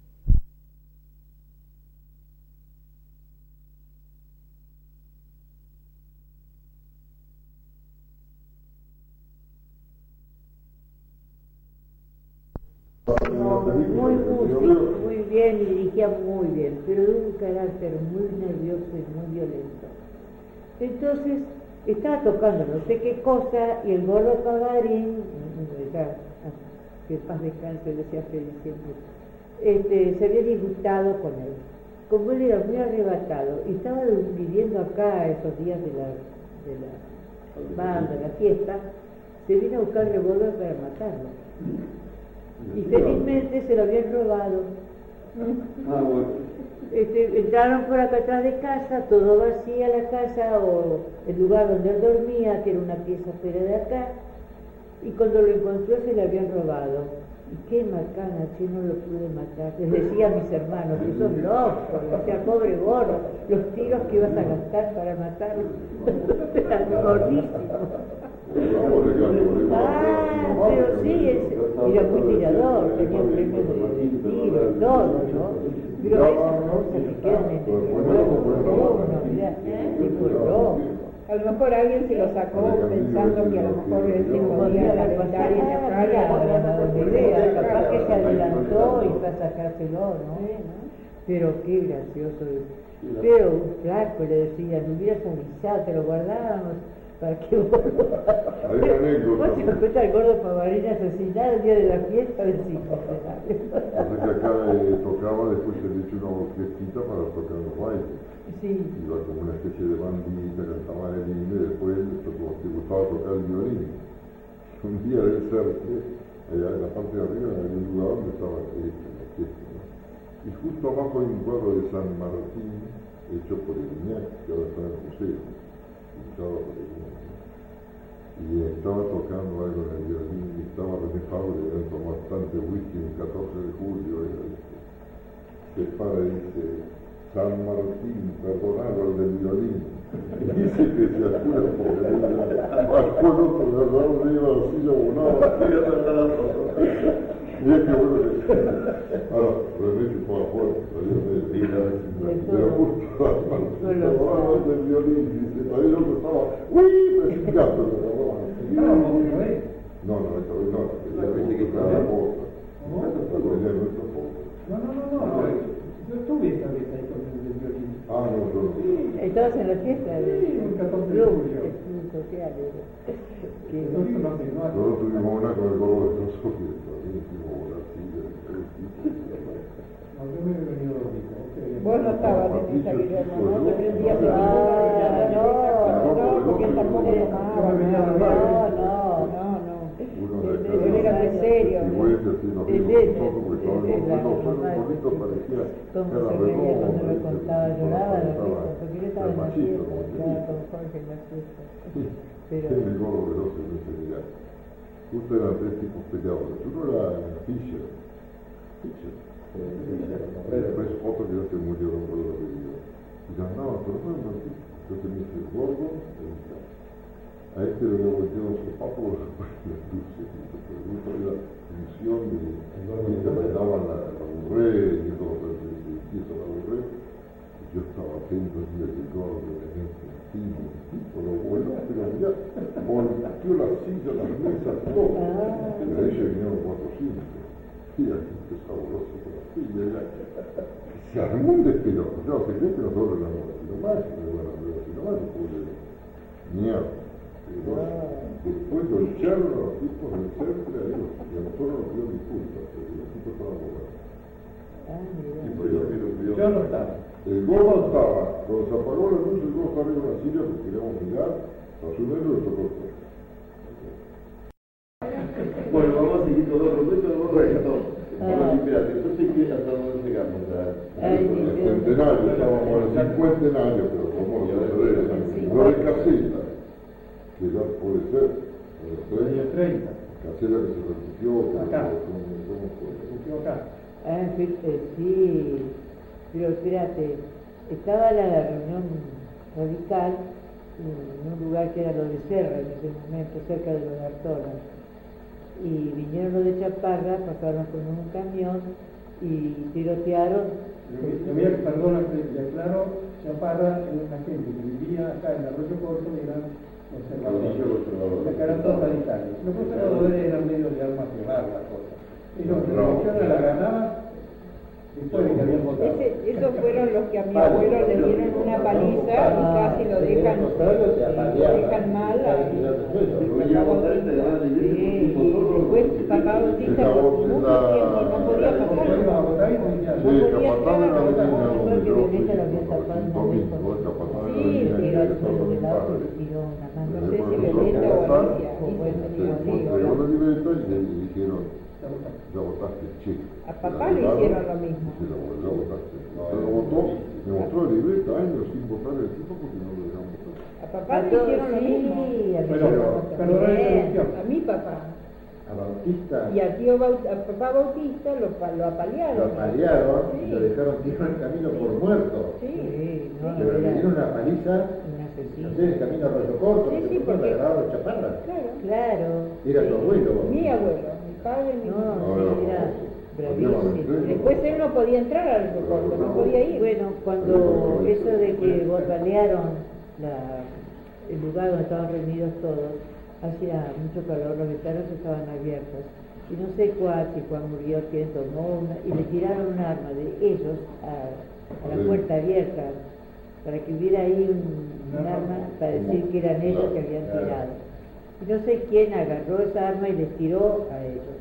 Muy músico, muy bien, y dirigía muy bien, pero de un carácter muy nervioso y muy violento. Entonces, estaba tocando no sé qué cosa, y el gordo Pavarín, que paz descanse, le decía feliz siempre, se había disgustado con él. Como él era muy arrebatado, y estaba viviendo acá esos días de la banda, la fiesta, se vino a buscar revólver para matarlo. Y felizmente se lo habían robado. Entraron por acá atrás de casa, todo vacía la casa o el lugar donde él dormía, que era una pieza fuera de acá, y cuando lo encontró se le habían robado. Y qué macana, che, no lo pude matar. Les decía a mis hermanos, que son locos, o sea, pobre gordo, los tiros que ibas a gastar para matarlo, eran gordísimos. Pero sí, era muy tirador, tenía premios de tiro, todo, ¿no? Pero esas cosas que quedan en el cuerpo, mirá, tipo loco. A lo mejor alguien se lo sacó pensando que a lo mejor él se podía adelantar y sacar. Capaz que se adelantó y fue a sacárselo, ¿no? Pero qué gracioso. Pero un flaco le decía, no hubieras avisado, te lo guardábamos para que vos... Hay una anécdota. ¿Vos te encuentras al gordo Pavarín asesinado el día de la fiesta del 5 de Así que acá tocaba, después se le echó una orquestita para tocar los bailes. Sí. Iba como una especie de bandita, cantaba el himno y después le gustaba tocar el violín. Un día del cercle, allá en la parte de arriba, había un lugar donde estaba la orquesta, ¿no? Y justo abajo hay un cuadro de San Martín, hecho por Iñak, que ahora está en el museo, pintado por Iñak. Y estaba tocando algo en el violín y estaba René Fabre, había tomado bastante whisky el 14 de julio, se para y dice: San Martín, perdonado al del violín. Dice que se apura porque bajó el otro, de verdad, uno iba así, lo volaba, quería tratar a todo. Y es que bueno, ahora, René se fue afuera, salió de pero justo San Martín, perdonado al del violín, dice, todavía el otro estaba, ¡uy! Precipitando, no, esta vez no, ya viste que estaba la cosa. No. Yo estuve esa vez ahí con el violín. Ah, no, yo no. Estabas en la fiesta un 14 de club, julio. el club social. Nosotros tuvimos una con el gordo de nosotros, también hicimos una silla, No, yo me he venido dormido. Vos no estabas en esa Guillermo, ¿no? Porque un día se no, porque él tampoco tomaba. No. Él era muy serio. Igual que así nos vimos nosotros, porque estábamos bonitos, parecía Cómo se veía cuando lo contaba, lloraba de risa, porque él estaba en la fiesta, estaba con Jorge en la fiesta. Pero... el gordo de 12 meses, mirá. Justo eran tres tipos peleadores. Uno era Fischer. Después otro que ya se murió, no recuerdo el apellido. Y ganaba, pero no era Martín. Entonces me dice, gordo, a este le había volteado su papo por las luces. Pero gusto era la función de que bailaban la burré y todo, pero se empieza la burré. Yo estaba atento así de que gordo de gente encima, tipo, lo voló, pero ya volteó la silla, las mesas, todo. Y de ahí se vinieron 4 o 5. Y la gente sabrosa con la silla, ya. Se armó un despelón. Claro, se cree que nosotros éramos así nomás, después mierda. Después lo echaron a los tipos del centro y a nosotros nos dio disculpas, pero los tipos estaban borrachos. Yo no estaba. El gordo estaba, cuando se apagó la luz, el gordo estaba en una silla que queríamos mirar, pasó un negro y le tocó el cuerpo. Bueno, vamos a seguir todo el momento, vamos a ver todo. Espérate, entonces, ¿hasta dónde llegamos? El centenario, estábamos en el cincuentenario, pero como no de Casella, que ya puede ser, en los 30. Casella que se refugió, acá. ¿Cómo fue? Se refugió acá. Sí, pero espérate, estaba la reunión radical en un lugar que era lo de Serra en ese momento, cerca de los de Artola. Y vinieron los de Chaparra, pasaron con un camión y tirotearon. Perdona, le aclaro, Chaparra era una gente que vivía acá en Arroyo Corto y eran conservadores. Acá eran todos radicales. Los conservadores eran medio de armas quemar la cosa. Ellos la elección la ganaban después de que habían votado. Esos fueron los que a mi abuelo le dieron una paliza y casi lo dejan mal. Después Papá Bautista por mucho tiempo no podía pasar. Sí, pero el lado le tiró una mano. No sé si Violeta o Alicia. Ya votaste, che. A papá le hicieron lo mismo. Ya votaste. Pero votó, me mostró la libreta, años sin votar el tipo porque no lo dejaron votar. A papá le hicieron lo mismo. A mi papá. A Bautista. Y a papá Bautista lo apalearon. Lo apalearon y Sí. lo dejaron tirado en el camino por muerto. Sí. Pero le dieron una paliza, no sé, en el camino a Arroyo Corto, Sí, que porque- le agarraron Chaparra. Claro. Era su abuelo. Mi abuelo, mi padre, mi mamá. No, era bravísimo. Después él no podía entrar al aeropuerto, no podía ir. Bueno, cuando eso de que balearon el lugar donde estaban reunidos todos, hacía mucho calor, los ventanas estaban abiertas. Y no sé si Juan murió, quién tomó una, y le tiraron un arma de ellos a la puerta abierta, para que hubiera ahí un arma para decir que eran ellos que habían tirado. Y no sé quién agarró esa arma y les tiró a ellos.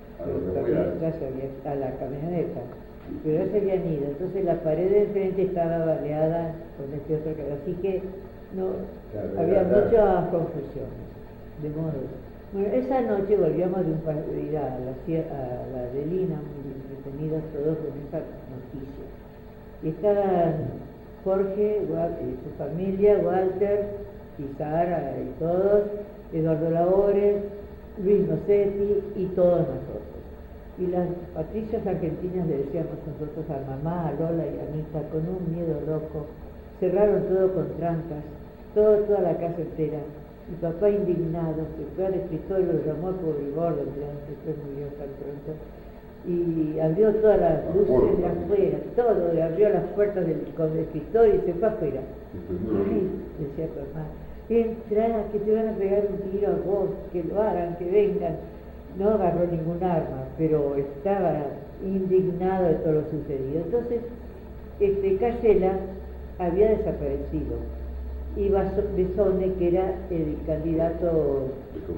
A la camioneta, pero ya se habían ido. Entonces la pared de enfrente estaba baleada con este otro, así que no había muchas confusiones. De modo. Bueno, esa noche volvíamos de ir a la de Lina, muy entretenidos todos con esa noticia. Y estaban Jorge, su familia, Walter y Sara y todos, Eduardo Labores, Luis Nocetti y todos nosotros. Y las patricias argentinas le decíamos nosotros a mamá, a Lola y a Anita, con un miedo loco, cerraron todo con trancas, toda la casa entera. Mi papá indignado, se fue al escritorio, lo llamó por el gordo, después murió tan pronto, y abrió todas las luces de afuera, todo, abrió las puertas del escritorio y se fue afuera. Ay, decía papá, entra, que te van a pegar un tiro a vos, que lo hagan, que vengan. No agarró ningún arma, pero estaba indignado de todo lo sucedido. Entonces, Casella había desaparecido. Y Besone, que era el candidato,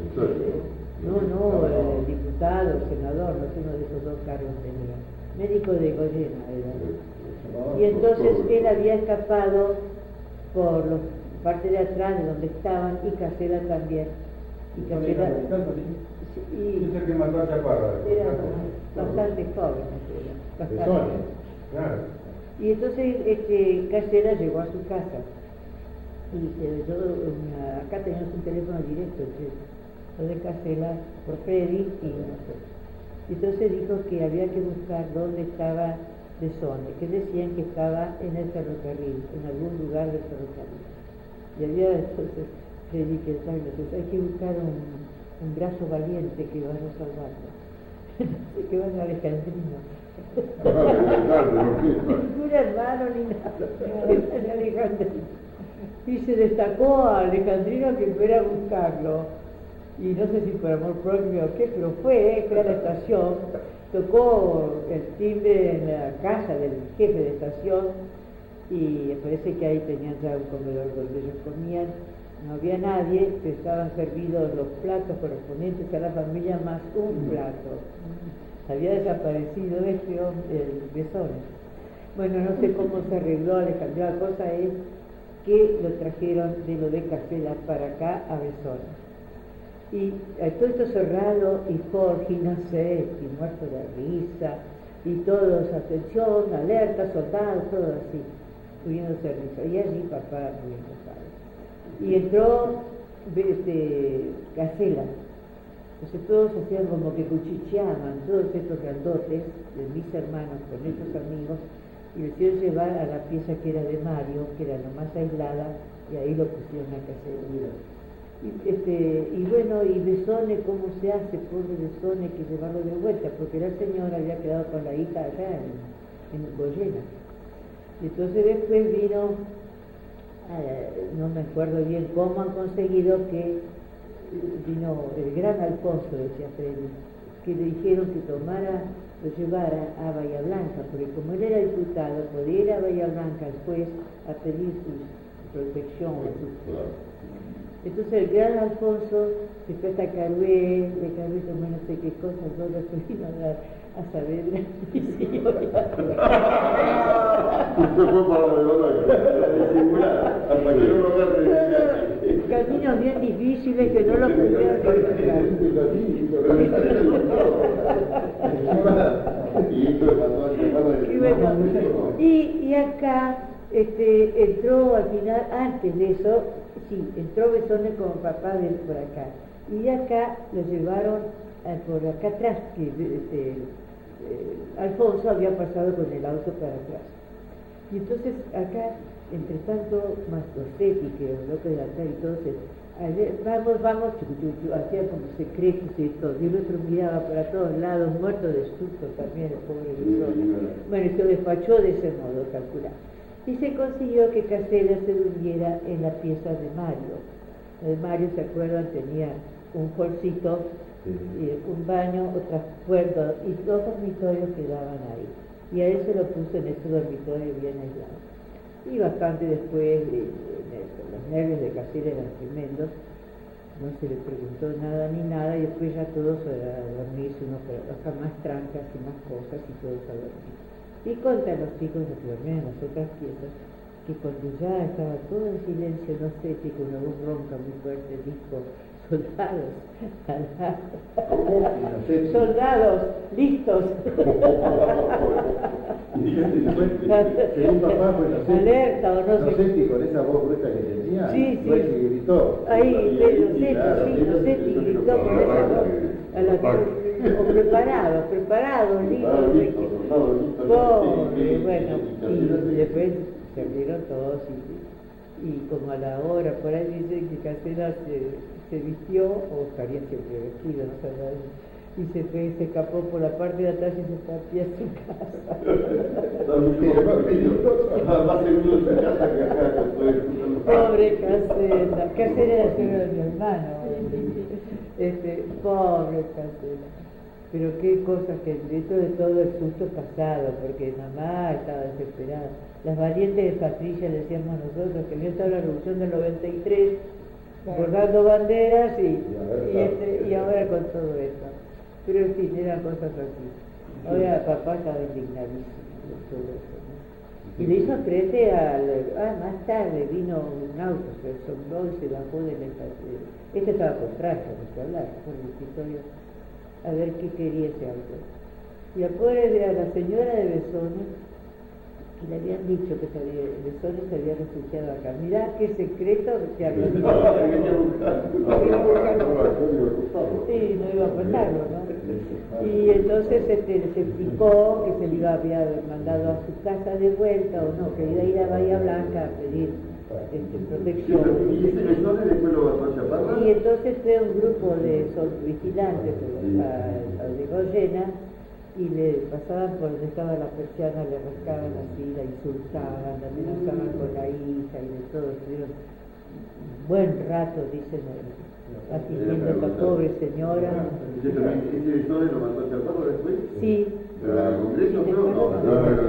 el diputado, el senador, no sé, uno de esos dos cargos tenía, médico de Goyena era. Y entonces él había escapado por la parte de atrás de donde estaban, y Casella también. Y Casella... Y es el que mató a Chaparra. Era bastante joven, bastante. Claro. Y entonces Casella llegó a su casa y dice, acá tenemos un teléfono directo entre lo de Casella por Freddy y nosotros. Y entonces dijo que había que buscar dónde estaba Besone, que decían que estaba en el ferrocarril, en algún lugar del ferrocarril. Y había entonces Freddy que sabe, hay que buscar un brazo valiente que vaya a salvarlo. Que vaya a Alejandrino. Ningún hermano ni nada, Alejandrino. Y se destacó a Alejandrino que fuera a buscarlo. Y no sé si por amor propio o qué, pero fue a la estación, tocó el timbre en la casa del jefe de estación y parece que ahí tenían ya un comedor donde ellos comían. No había nadie, estaban servidos los platos correspondientes a la familia más un plato. Había desaparecido el Besone. Bueno, no sé cómo se arregló Alejandro, la cosa es que lo trajeron de lo de Casella para acá a Besone. Y todo esto cerrado, y Jorge, y Nocetti, muerto de risa, y todos, atención, alerta, soldados, todo así, subiéndose risa. Y allí papá muy enojado. Y entró Casella. Entonces todos hacían como que cuchicheaban, todos estos grandotes de mis hermanos con estos amigos, y lo hicieron llevar a la pieza que era de Mario, que era la más aislada, y ahí lo pusieron a casería. Y bueno, y Besone, ¿cómo se hace? Pobre Besone, que llevarlo de vuelta, porque la señora había quedado con la hija allá en Goyena. Y entonces después vino, no me acuerdo bien cómo han conseguido que vino el gran Alfonso, decía Freddy, que le dijeron que lo llevara a Bahía Blanca, porque como él era diputado, podía ir a Bahía Blanca al juez a pedir su protección. Entonces el gran Alfonso se fue hasta Carué, de Carué tomó no sé qué cosas, no lo vino a saber de la prisión. Usted fue para hasta que no lo agarre. Caminos bien difíciles que no lo pudieron encontrar. Y acá entró al final, antes de eso, sí, entró Besone como papá por acá. Y de acá lo llevaron por acá atrás, que Alfonso había pasado con el auto para atrás. Y entonces acá, entre tanto, Mastrocetti, que los locos de acá y todos, vamos, hacían como secretos y todo. Y el otro miraba para todos lados, muerto de susto también, el pobre Besone. Bueno, y se despachó de ese modo, calcular. Y se consiguió que Casella se durmiera en la pieza de Mario. Mario, ¿se acuerdan? Tenía un hallcito, un baño, otras puertas y dos dormitorios que daban ahí. Y a él se lo puso en ese dormitorio bien aislado. Y bastante después, los nervios de Casella eran tremendos, no se le preguntó nada ni nada, y después ya todos a dormirse, uno acá más trancas y más cosas y todos a dormir. Y cuentan los chicos que dormían en las otras piezas, que cuando ya estaba todo en silencio, no sé si con una voz ronca muy fuerte dijo: soldados, soldados, listos. Según papá, pues alerta o no sé. Nocetti, con esa voz gruesa que tenía, sí, fue el que gritó. Ahí, Nocetti gritó con esa voz. O preparado, listo. Pobre, bueno, y después se abrieron todos y como a la hora, por ahí dicen que Casella se vistió, o estaría siempre vestido, no sé, y se escapó por la parte de atrás y se fue a pie a su casa. Pobre Casella. Casella era el suegro de mi hermano. Pobre Casella. Pero qué cosas que dentro de todo el susto pasado, porque mamá estaba desesperada. Las valientes de Patricia, decíamos nosotros, que había estado la revolución del 93, bordando banderas y ahora con todo esto. Pero en fin, eran cosas así. Ahora papá estaba indignadísimo de todo eso, ¿no? Y le hizo frente más tarde vino un auto, se asombró y se bajó del estación. Este estaba por traje, no sé hablar, por el escritorio, a ver qué quería ese auto. Y a la señora de Besone, que le habían dicho que Besone se había refugiado acá. Mirá qué secreto que había dicho. Sí, no iba a pasarlo, ¿no? Y entonces se explicó que se le había mandado a su casa de vuelta o no, que iba a ir a Bahía Blanca a pedir protección. ¿Y ese Besone después lo pasó a Chaparra? Y entonces fue un grupo de vigilantes de Goyena y le pasaban por donde estaba la persiana, le rascaban así, la insultaban, la amenazaban con la hija y de todo. Estuvieron un buen rato, dicen, asistiendo a esta pobre señora. ¿Ese Besone lo mandó a Chaparra después? Sí. ¿Al Congreso fue o no?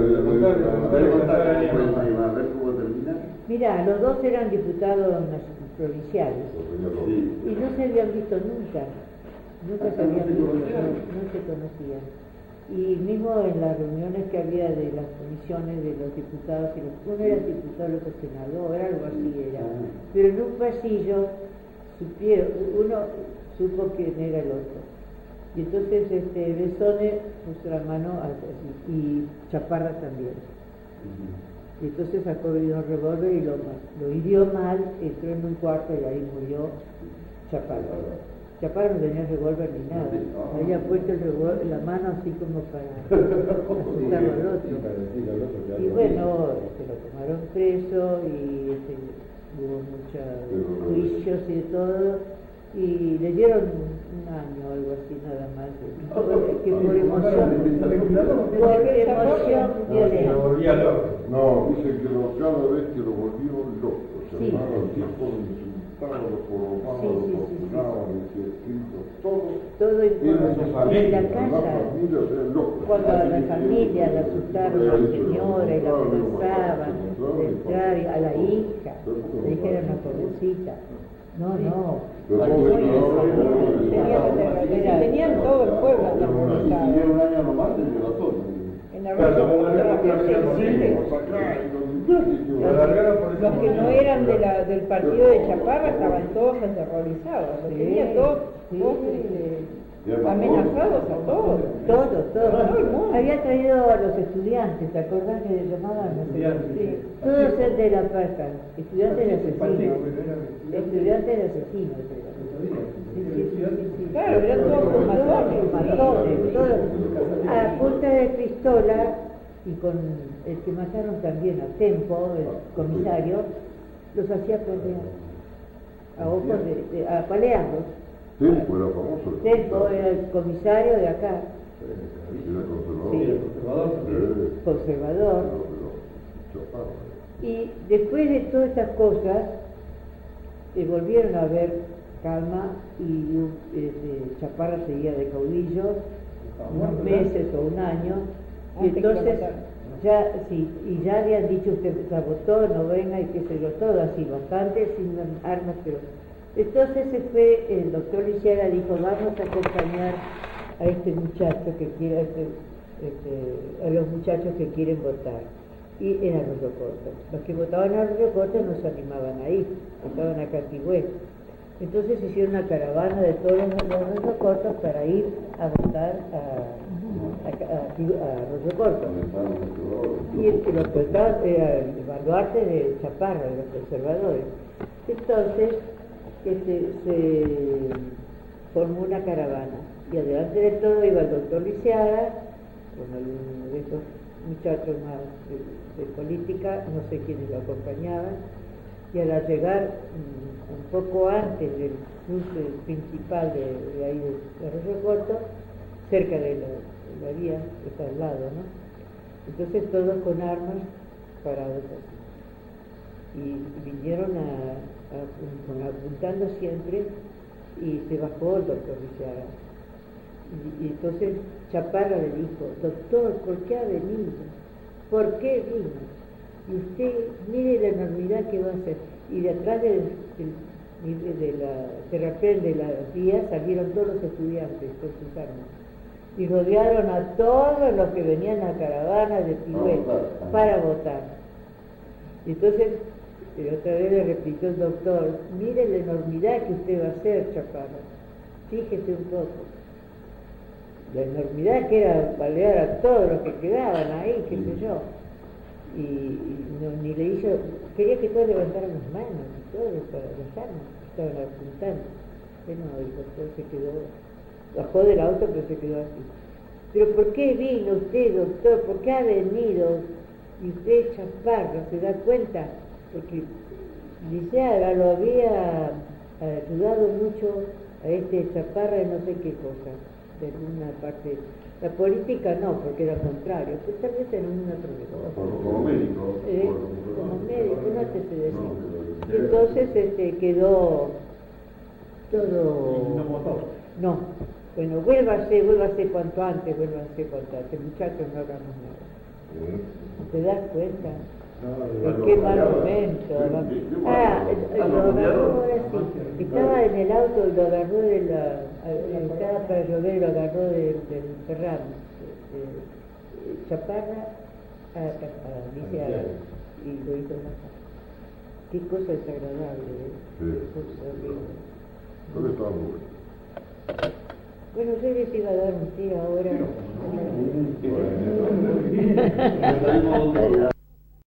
A ver cómo termina. Mira, los dos eran diputados provinciales y no se habían visto nunca se habían visto, no se conocían. Y mismo en las reuniones que había de las comisiones de los diputados, uno era diputado, otro senador, algo así era, pero en un pasillo uno supo quién era el otro. Y entonces Besone puso la mano y Chaparra también. Y entonces sacó un revólver y lo hirió mal, entró en un cuarto y ahí murió Chaparra. Chaparro no tenía revólver ni nada, había puesto la mano así como para asustarlo al otro. Y bueno, lo tomaron preso y hubo muchos juicios y de todo, y le dieron un año o algo así nada más, que por emoción violenta. No, dice que cada vez que lo volvieron loco, se armaron tipos, lo insultaban, lo coronaban, lo torturaban, todo en la casa. Cuando a la familia la asustaron a la señora y la amenazaban de entrar a la hija, le dijeron una pobrecita. No. Tenían todo el pueblo aterrorizado. Un año nomás de violación. En la los que no eran del partido de Chaparra estaban todos aterrorizados, los tenían todos amenazados a todos. Todos. Había traído a los estudiantes, ¿te acordás que llamaban? Todos eran de la Paca, estudiantes asesinos. Claro, eran todos matones, todos. A punta de pistola, y con el que mataron también a Tempo, el comisario, los hacía pelear a ojos apalearlos. Tempo era famoso. Tempo era el comisario de acá. Era Conservador. Y después de todas estas cosas, volvieron a haber calma y Chaparra seguía de caudillo unos meses o un año. Y entonces ya habían dicho usted sabotó, no venga y qué sé yo, todo así, bastante sin armas, pero entonces se fue, el doctor Lisiaga dijo, vamos a acompañar a este muchacho que quiere, a los muchachos que quieren votar. Y en Arroyo Corto. Los que votaban en Arroyo Corto no se animaban a ir, votaban a Catigüe. Entonces hicieron una caravana de todos los Arroyo Cortos para ir a votar a Arroyo Corto. Y el que los votaba era el baluarte de Chaparra, de los conservadores. Entonces se formó una caravana y adelante de todo iba el doctor Lisiaga con algunos de estos muchachos más de política, no sé quiénes lo acompañaban, y al llegar un poco antes del cruce principal de ahí de Arroyo Corto, cerca de la vía que está al lado, ¿no? Entonces todos con armas parados así. Y vinieron apuntando siempre, y se bajó el doctor Lisiaga. Y entonces Chaparra le dijo, doctor, ¿por qué ha venido? ¿Por qué vino? Y usted mire la enormidad que va a hacer. Y de atrás de la terraplén de la vía salieron todos los estudiantes con sus armas. Y rodearon a todos los que venían a caravana de Tigüe para votar. Y entonces otra vez le repitió el doctor, mire la enormidad que usted va a hacer, Chaparra. Fíjese un poco. La enormidad que era balear a todos los que quedaban ahí, qué sé yo. Y ni le hizo, quería que todos levantaran las manos y todo para las armas, estaban apuntando. Bueno, el doctor se quedó, bajó del auto pero se quedó así. Pero ¿por qué vino usted, doctor? ¿Por qué ha venido? Y usted, Chaparra, ¿se da cuenta? Porque Lisiaga lo había ayudado mucho a este Chaparra en no sé qué cosa. De alguna parte, la política no, porque era contrario, pero tal vez en una otra cosa. Como médico. Como médico, no te sé decir. Y entonces quedó todo... ¿No votó? No. Bueno, vuélvase cuanto antes, muchachos, no hagamos nada. ¿Te das cuenta? En qué mal momento. Lo agarró ahora sí. Estaba en el auto y lo agarró estaba para llover y lo agarró del Ferran. Chaparra a Lisiaga y lo hizo matar. Qué cosa desagradable, Sí. Qué cosa horrible. Creo que estaba muy bueno. Bueno, yo les iba a dar un tiro ahora. Bueno.